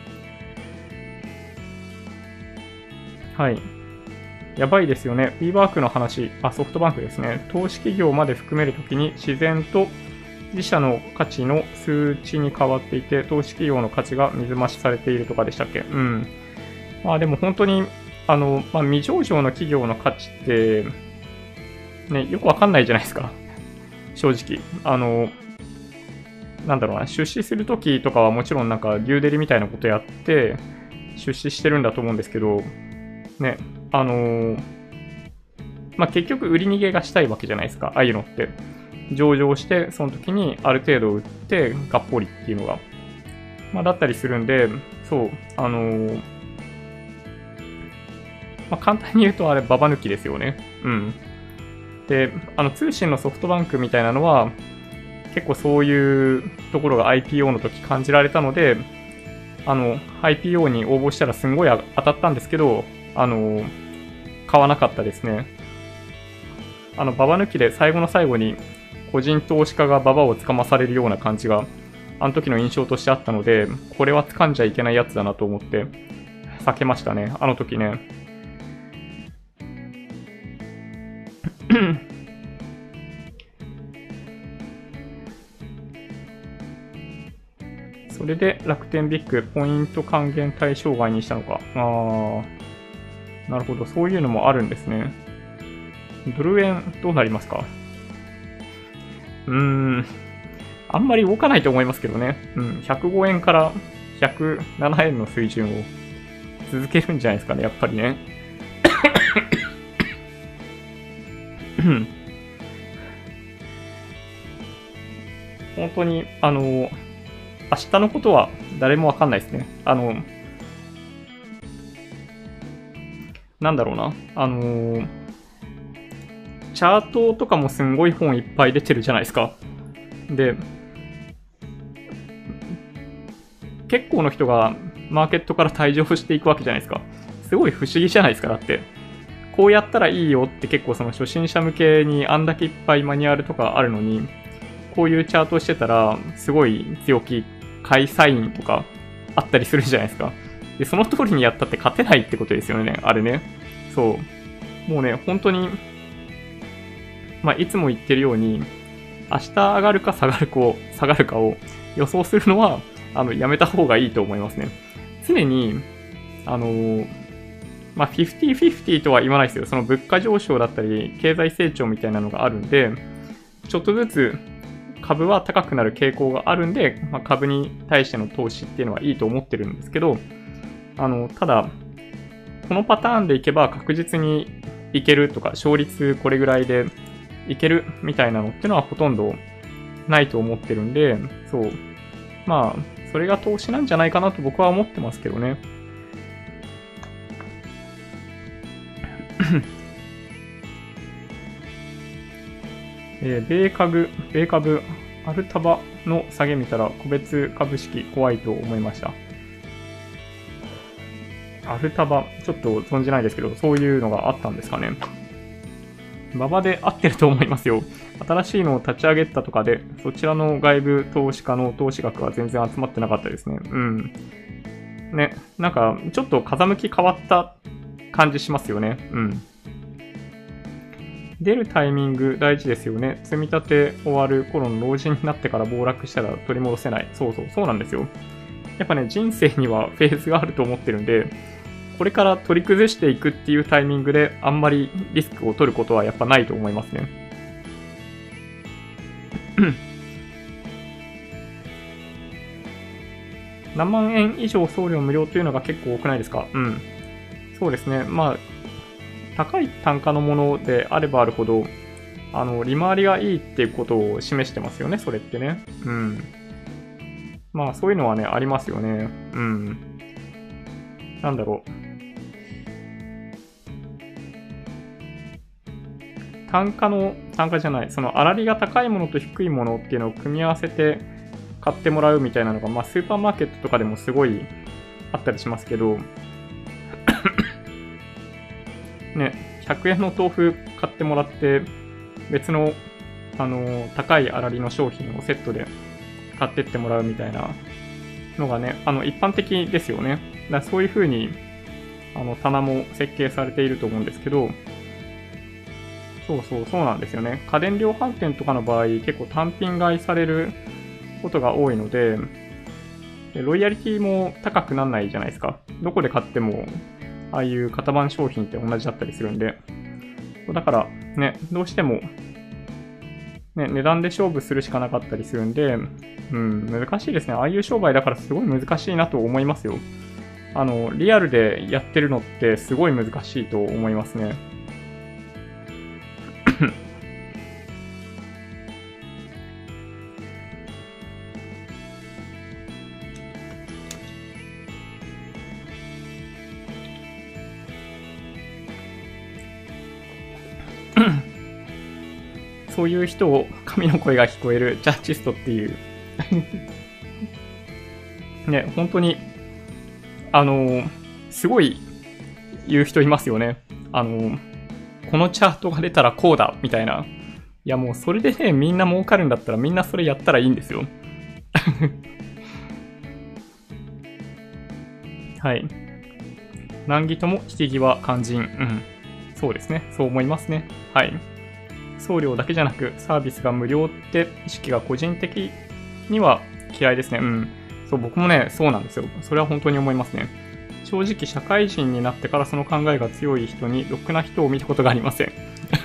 はい。やばいですよね。WeWork の話、あ、ソフトバンクですね。投資企業まで含めるときに自然と自社の価値の数値に変わっていて、投資企業の価値が水増しされているとかでしたっけ？うん。まあでも本当に、あの、まあ、未上場の企業の価値って、ね、よくわかんないじゃないですか。正直。あの、なんだろうな、出資するときとかはもちろんなんか、デューデリみたいなことやって、出資してるんだと思うんですけど、ね、あのー、まあ、結局売り逃げがしたいわけじゃないですか、ああいうのって。上場して、その時にある程度売って、がっぽりっていうのが。まあ、だったりするんで、そう、あのー、まあ、簡単に言うとあれ、ババ抜きですよね。うん。 で、あの通信のソフトバンクみたいなのは、結構そういうところが アイピーオー の時感じられたので、あの、アイピーオー に応募したらすんごい当たったんですけど、あの、買わなかったですね。あの、ババ抜きで最後の最後に個人投資家がババをつかまされるような感じが、あの時の印象としてあったので、これは掴んじゃいけないやつだなと思って、避けましたね、あの時ね。それで楽天ビッグポイント還元対象外にしたのか。ああ、なるほど。そういうのもあるんですね。ドル円どうなりますか？うーん。あんまり動かないと思いますけどね。うん。ひゃくごえんからひゃくななえんの水準を続けるんじゃないですかね。やっぱりね。本当に、あの、明日のことは誰もわかんないですね。あの、なんだろうな。あの、チャートとかもすんごい本いっぱい出てるじゃないですか。で、結構の人がマーケットから退場していくわけじゃないですか。すごい不思議じゃないですか。だって。こうやったらいいよって結構その初心者向けにあんだけいっぱいマニュアルとかあるのに、こういうチャートしてたらすごい強気買いサインとかあったりするじゃないですか。で、その通りにやったって勝てないってことですよね。あれね。そう。もうね、本当に、まあ、いつも言ってるように、明日上がるか下がるかを、下がるかを予想するのは、あの、やめた方がいいと思いますね。常に、あのー、まあ、フィフティーフィフティー とは言わないですよ。その物価上昇だったり、経済成長みたいなのがあるんで、ちょっとずつ株は高くなる傾向があるんで、まあ、株に対しての投資っていうのはいいと思ってるんですけど、あの、ただ、このパターンでいけば確実にいけるとか、勝率これぐらいでいけるみたいなのっていうのはほとんどないと思ってるんで、そう。まあ、それが投資なんじゃないかなと僕は思ってますけどね。えー、米株、米株、アルタバの下げ見たら個別株式怖いと思いました。アルタバ、ちょっと存じないですけど、そういうのがあったんですかね。馬場で合ってると思いますよ。新しいのを立ち上げたとかで、そちらの外部投資家の投資額は全然集まってなかったですね。うん。ね、なんか、ちょっと風向き変わった感じしますよね。うん。出るタイミング大事ですよね。積み立て終わる頃の老人になってから暴落したら取り戻せない。そうそう、そうなんですよ。やっぱね、人生にはフェーズがあると思ってるんで、これから取り崩していくっていうタイミングであんまりリスクを取ることはやっぱないと思いますね。何万円以上送料無料というのが結構多くないですか？うん。そうですね。まあ、高い単価のものであればあるほど、あの、利回りがいいっていうことを示してますよね、それってね。うん。まあ、そういうのはね、ありますよね。うん。なんだろう。単価の、単価じゃない、その粗利が高いものと低いものっていうのを組み合わせて買ってもらうみたいなのが、まあ、スーパーマーケットとかでもすごいあったりしますけど、ね、ひゃくえんの豆腐買ってもらって、別の、あの、高い粗利の商品をセットで買ってってもらうみたいなのがね、あの、一般的ですよね。だからそういう風に、あの、棚も設計されていると思うんですけど、そうそう、そうなんですよね。家電量販店とかの場合、結構単品買いされることが多いので、ロイヤリティも高くならないじゃないですか。どこで買っても、ああいう型番商品って同じだったりするんで。だからね、どうしても、ね、値段で勝負するしかなかったりするんで、うん、難しいですね。ああいう商売だからすごい難しいなと思いますよ。あの、リアルでやってるのってすごい難しいと思いますね。 そういう人を神の声が聞こえるジャッジストっていうね、本当にあのすごい言う人いますよね。あのこのチャートが出たらこうだみたいな。いやもうそれでね、みんな儲かるんだったらみんなそれやったらいいんですよ。はい。難儀とも引き際肝心。うん。そうですね。そう思いますね。はい。送料だけじゃなくサービスが無料って意識が個人的には嫌いですね。うん。そう、僕もね、そうなんですよ。それは本当に思いますね。正直社会人になってからその考えが強い人にろくな人を見たことがありません。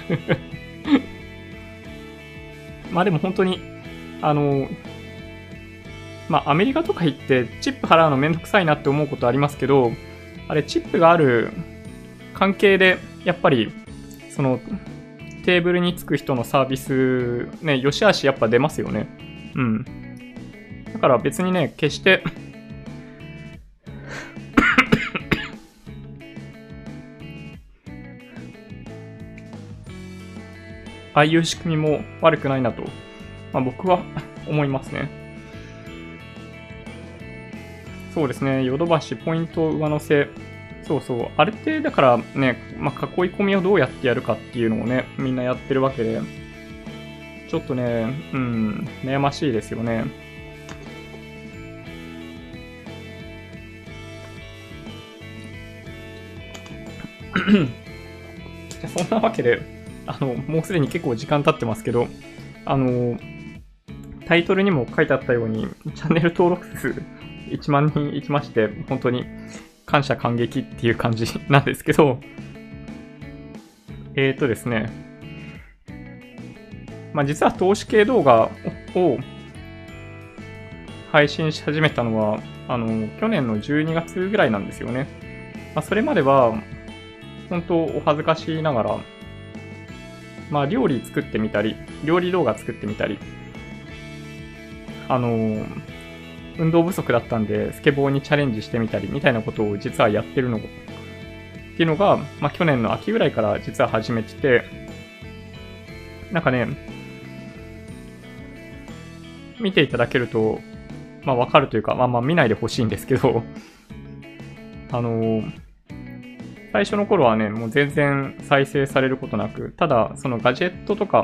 まあでも本当に、あの、まあアメリカとか行ってチップ払うのめんどくさいなって思うことありますけど、あれチップがある関係でやっぱりそのテーブルにつく人のサービスね、良し悪しやっぱ出ますよね。うん。だから別にね、決してああいう仕組みも悪くないなと、まあ、僕は思いますね。そうですね、ヨドバシポイント上乗せ。そうそう。あれってだからね、まあ、囲い込みをどうやってやるかっていうのをね、みんなやってるわけで、ちょっとね、うん、悩ましいですよね。そんなわけで、あの、もうすでに結構時間経ってますけど、あの、タイトルにも書いてあったように、チャンネル登録数いちまん人いきまして、本当に感謝感激っていう感じなんですけど、えーとですね、まあ実は投資系動画を配信し始めたのは、あの、去年のじゅうにがつぐらいなんですよね。まあそれまでは、本当お恥ずかしいながら、まあ料理作ってみたり、料理動画作ってみたり、あの、運動不足だったんで、スケボーにチャレンジしてみたり、みたいなことを実はやってるのっていうのが、まあ去年の秋ぐらいから実は始めてて、なんかね、見ていただけると、まあわかるというか、まあまあ見ないでほしいんですけど、あの、最初の頃はね、もう全然再生されることなく、ただそのガジェットとか、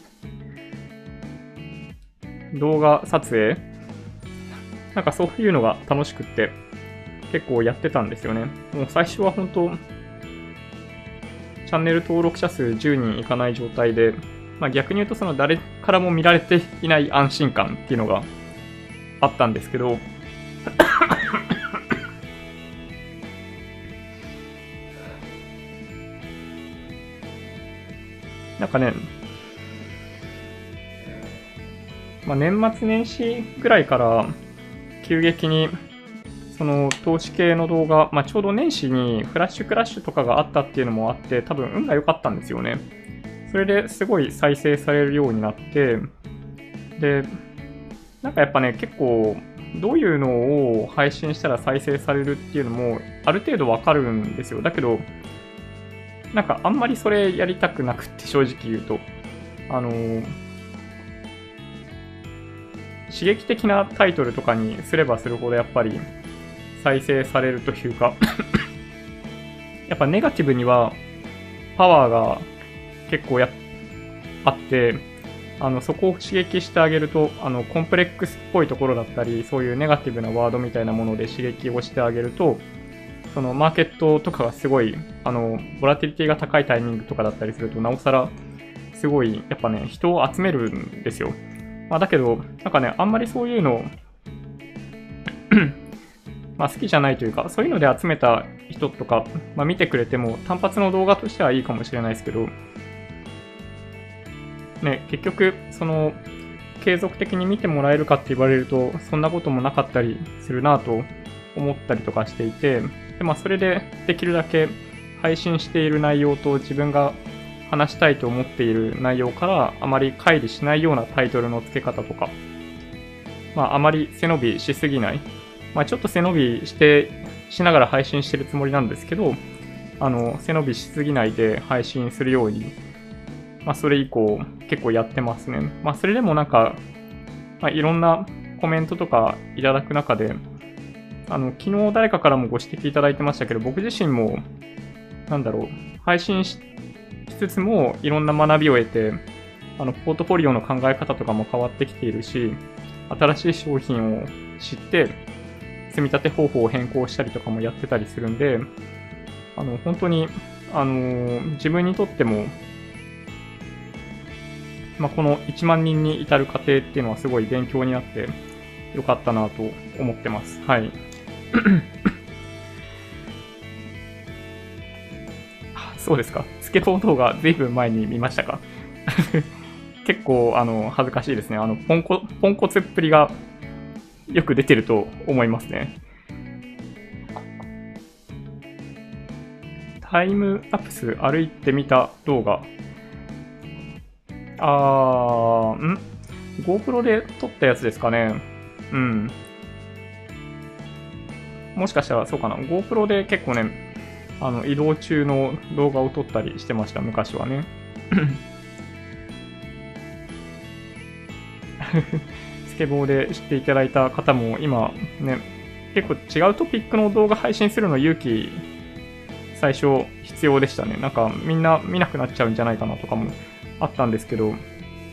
動画撮影なんかそういうのが楽しくって結構やってたんですよね。もう最初は本当チャンネル登録者数じゅうにんいかない状態で、まあ、逆に言うとその誰からも見られていない安心感っていうのがあったんですけどなんかね、まあ、年末年始ぐらいから急激にその投資系の動画、まあ、ちょうど年始にフラッシュクラッシュとかがあったっていうのもあって、多分運が良かったんですよね。それですごい再生されるようになって、で、なんかやっぱね、結構どういうのを配信したら再生されるっていうのもある程度わかるんですよ。だけど、なんかあんまりそれやりたくなくって正直言うと、あのー、刺激的なタイトルとかにすればするほどやっぱり再生されるというかやっぱネガティブにはパワーが結構やあって、あのそこを刺激してあげると、あのコンプレックスっぽいところだったり、そういうネガティブなワードみたいなもので刺激をしてあげると、そのマーケットとかがすごい、あのボラティリティが高いタイミングとかだったりすると、なおさらすごいやっぱね人を集めるんですよ。まあ、だけどなんかね、あんまりそういうのまあ好きじゃないというか、そういうので集めた人とか、まあ、見てくれても単発の動画としてはいいかもしれないですけど、ね、結局その継続的に見てもらえるかって言われるとそんなこともなかったりするなと思ったりとかしていて、で、まあ、それでできるだけ配信している内容と自分が話したいと思っている内容からあまり乖離しないようなタイトルの付け方とか、まあ、あまり背伸びしすぎない、まあ、ちょっと背伸びしてしながら配信してるつもりなんですけど、あの背伸びしすぎないで配信するようにまあ、それ以降結構やってますね。まあ、それでもなんか、まあ、いろんなコメントとかいただく中で、あの、昨日誰かからもご指摘いただいてましたけど、僕自身も、なんだろう、配信しつつもいろんな学びを得て、あの、ポートフォリオの考え方とかも変わってきているし、新しい商品を知って、積み立て方法を変更したりとかもやってたりするんで、あの、本当に、あの、自分にとっても、まあ、このいちまん人に至る過程っていうのはすごい勉強になってよかったなと思ってます。はい。そうですか。スケボー動画ずいぶん前に見ましたか？結構、あの、恥ずかしいですね。あの、ポンコ、ポンコツっぷりがよく出てると思いますね。タイムアプス歩いてみた動画。あー、ん ?GoPro で撮ったやつですかね。うん。もしかしたらそうかな。GoPro で結構ね、あの、移動中の動画を撮ったりしてました、昔はね。スケボーで知っていただいた方も今ね、結構違うトピックの動画配信するの勇気最初必要でしたね。なんかみんな見なくなっちゃうんじゃないかなとかもあったんですけど、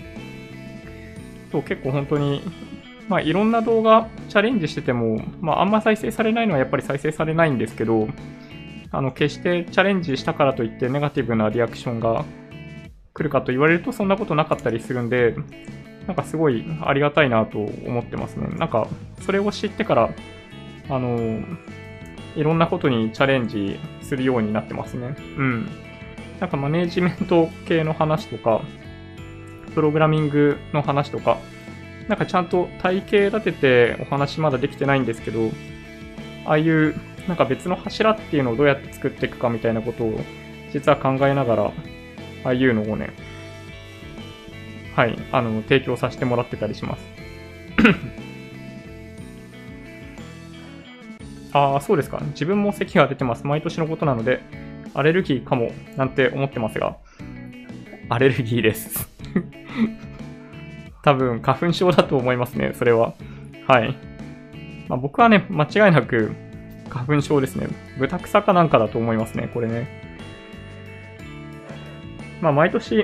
そう結構本当に、まあいろんな動画チャレンジしてても、まああんま再生されないのはやっぱり再生されないんですけど、あの決してチャレンジしたからといってネガティブなリアクションが来るかと言われるとそんなことなかったりするんで、なんかすごいありがたいなと思ってますね。なんかそれを知ってから、あの、いろんなことにチャレンジするようになってますね。うん。なんかマネージメント系の話とか、プログラミングの話とか、なんかちゃんと体系立ててお話まだできてないんですけど、ああいうなんか別の柱っていうのをどうやって作っていくかみたいなことを実は考えながら、ああいうのをね、はい、あの、提供させてもらってたりします。ああ、そうですか。自分も咳が出てます。毎年のことなので、アレルギーかも、なんて思ってますが、アレルギーです。多分、花粉症だと思いますね、それは。はい。まあ、僕はね、間違いなく、花粉症ですね。豚草かなんかだと思いますね、これね。まあ、毎年、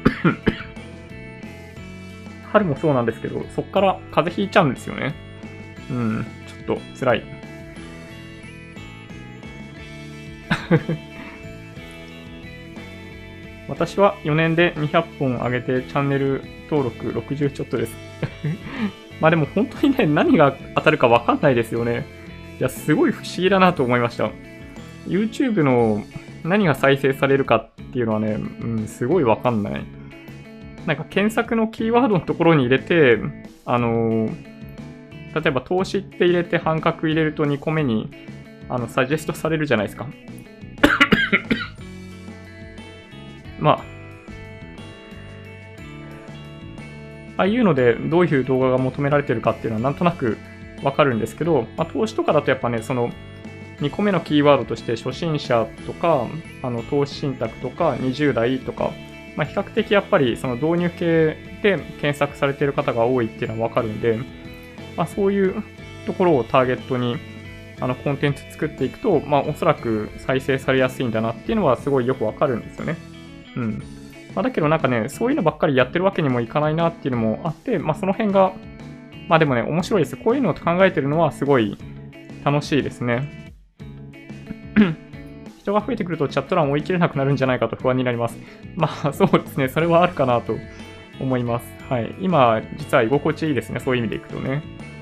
春もそうなんですけど、そっから風邪ひいちゃうんですよね。うん、ちょっと辛い。私はよねんでにひゃっぽん上げてチャンネル登録ろくじゅうちょっとです。まあでも本当にね、何が当たるか分かんないですよね。いや、すごい不思議だなと思いました。YouTube の何が再生されるかっていうのはね、うん、すごい分かんない。なんか検索のキーワードのところに入れて、あのー、例えば投資って入れて半角入れるとにこめにあのサジェストされるじゃないですか。まあ、ああいうのでどういう動画が求められてるかっていうのはなんとなくわかるんですけど、まあ、投資とかだとやっぱね、そのにこめのキーワードとして初心者とか、あの投資信託とかにじゅう代とか、まあ、比較的やっぱりその導入系で検索されている方が多いっていうのはわかるんで、まあ、そういうところをターゲットにあのコンテンツ作っていくと、まあ、おそらく再生されやすいんだなっていうのはすごいよくわかるんですよね。うん。まあ、だけどなんかね、そういうのばっかりやってるわけにもいかないなっていうのもあって、まあ、その辺が、まあでもね、面白いです。こういうのを考えてるのはすごい楽しいですね。人が増えてくるとチャット欄を追い切れなくなるんじゃないかと不安になります。まあそうですね、それはあるかなと思います。はい。今、実は居心地いいですね、そういう意味でいくとね。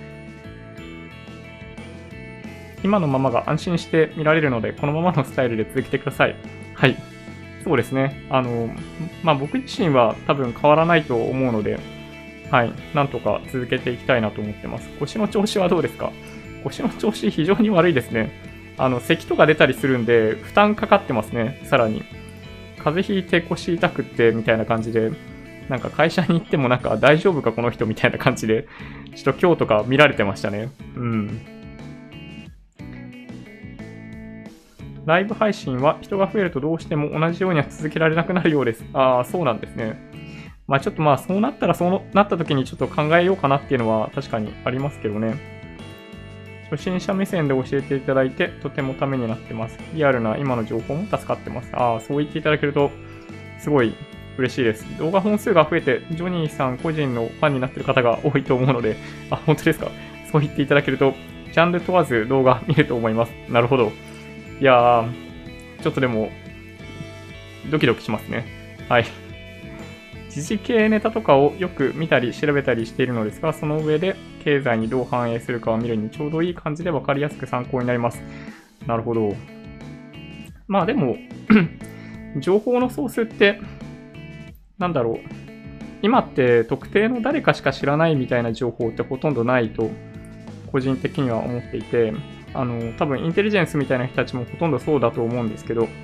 今のままが安心して見られるので、このままのスタイルで続けてください。はい。そうですね。あの、まあ僕自身は多分変わらないと思うので、はい。なんとか続けていきたいなと思ってます。腰の調子はどうですか？腰の調子非常に悪いですね。あの、咳とか出たりするんで、負担かかってますね、さらに。風邪ひいて腰痛くって、みたいな感じで、なんか会社に行ってもなんか大丈夫かこの人みたいな感じで、ちょっと今日とか見られてましたね。うん。 ライブ配信は人が増えるとどうしても同じようには続けられなくなるようです。ああ、そうなんですね。まあちょっとまあそうなったらそうなった時にちょっと考えようかなっていうのは確かにありますけどね。初心者目線で教えていただいてとてもためになってます。リアルな今の情報も助かってます。ああ、そう言っていただけるとすごい嬉しいです。動画本数が増えてジョニーさん個人のファンになっている方が多いと思うので、あ、本当ですか。そう言っていただけるとジャンル問わず動画見ると思います。なるほど。いやー、ちょっとでもドキドキしますね。はい。時事系ネタとかをよく見たり調べたりしているのですが、その上で経済にどう反映するかを見るにちょうどいい感じで分かりやすく参考になります。なるほど。まあでも、情報のソースって、なんだろう。今って特定の誰かしか知らないみたいな情報ってほとんどないと、個人的には思っていて、あの、多分インテリジェンスみたいな人たちもほとんどそうだと思うんですけど、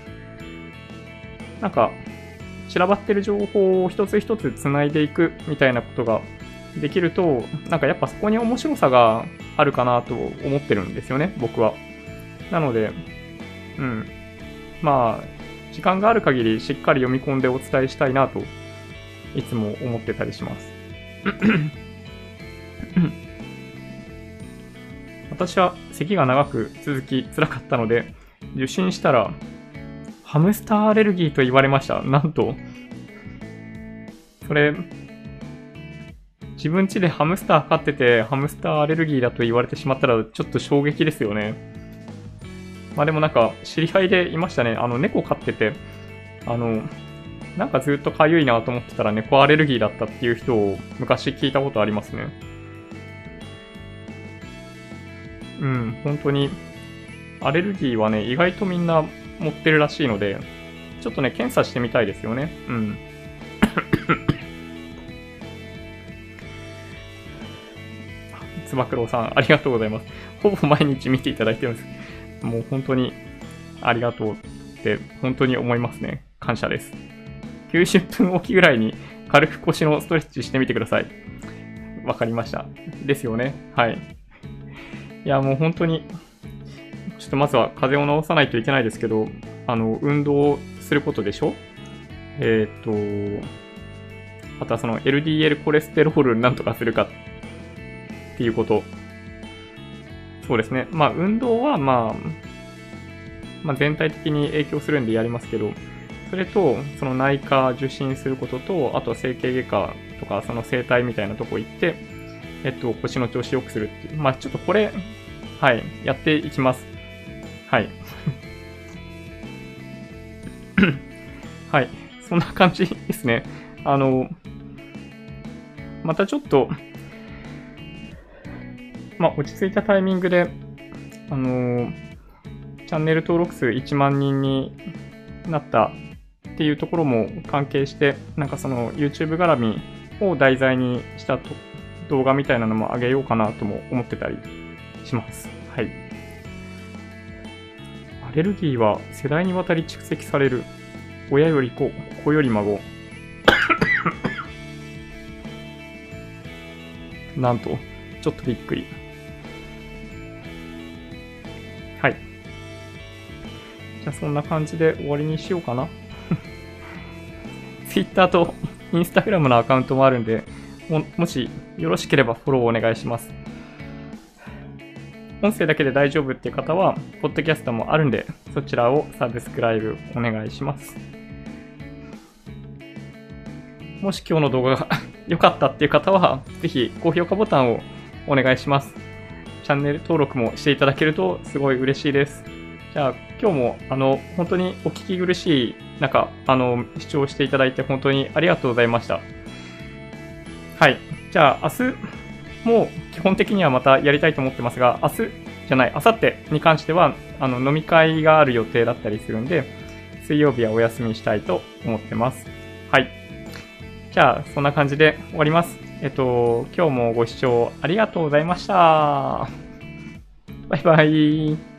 なんか、散らばってる情報を一つ一つつないでいくみたいなことができると、なんかやっぱそこに面白さがあるかなと思ってるんですよね、僕は。なので、うん。まあ、時間がある限りしっかり読み込んでお伝えしたいなと、いつも思ってたりします。私は咳が長く続き辛かったので、受診したら、ハムスターアレルギーと言われました。なんと、それ、自分家でハムスター飼ってて、ハムスターアレルギーだと言われてしまったら、ちょっと衝撃ですよね。まあでもなんか、知り合いでいましたね。あの、猫飼ってて、あの、なんかずっと痒いなと思ってたら猫アレルギーだったっていう人を昔聞いたことありますね。うん、本当に、アレルギーはね、意外とみんな持ってるらしいので、ちょっとね、検査してみたいですよね。うん。つば九郎さん、ありがとうございます。ほぼ毎日見ていただいてます。もう本当にありがとうって本当に思いますね。感謝です。きゅうじゅっぷんおきぐらいに軽く腰のストレッチしてみてください。わかりました。ですよね。はい。いや、もう本当に、ちょっとまずは風邪を治さないといけないですけど、あの、運動することでしょ？えっと、あとはその エルディーエル コレステロールなんとかするかっていうこと。そうですね。まあ、運動はまあ、まあ、全体的に影響するんでやりますけど、それと、その内科受診することと、あとは整形外科とか、その整体みたいなとこ行って、えっと、腰の調子良くするっていう。まあ、ちょっとこれ、はい、やっていきます。はい。はい。そんな感じですね。あの、またちょっと、まあ、落ち着いたタイミングで、あの、チャンネル登録数いちまんにんになったっていうところも関係して、なんかその YouTube 絡みを題材にしたと動画みたいなのも上げようかなとも思ってたりします。はい。アレルギーは世代にわたり蓄積される。親より子、子より孫。なんと、ちょっとびっくり。はい。じゃあそんな感じで終わりにしようかな。Twitter と Instagram のアカウントもあるんで、も, もしよろしければフォローお願いします。音声だけで大丈夫っていう方は、ポッドキャストもあるんで、そちらをサブスクライブお願いします。もし今日の動画が良かったっていう方は、ぜひ高評価ボタンをお願いします。チャンネル登録もしていただけるとすごい嬉しいです。じゃあ今日もあの本当にお聞き苦しい中、あの視聴していただいて本当にありがとうございました。はい。じゃあ明日も基本的にはまたやりたいと思ってますが、明日じゃない、明後日に関してはあの飲み会がある予定だったりするんで、水曜日はお休みしたいと思ってます。はい。じゃあそんな感じで終わります。えっと、今日もご視聴ありがとうございました。バイバイ。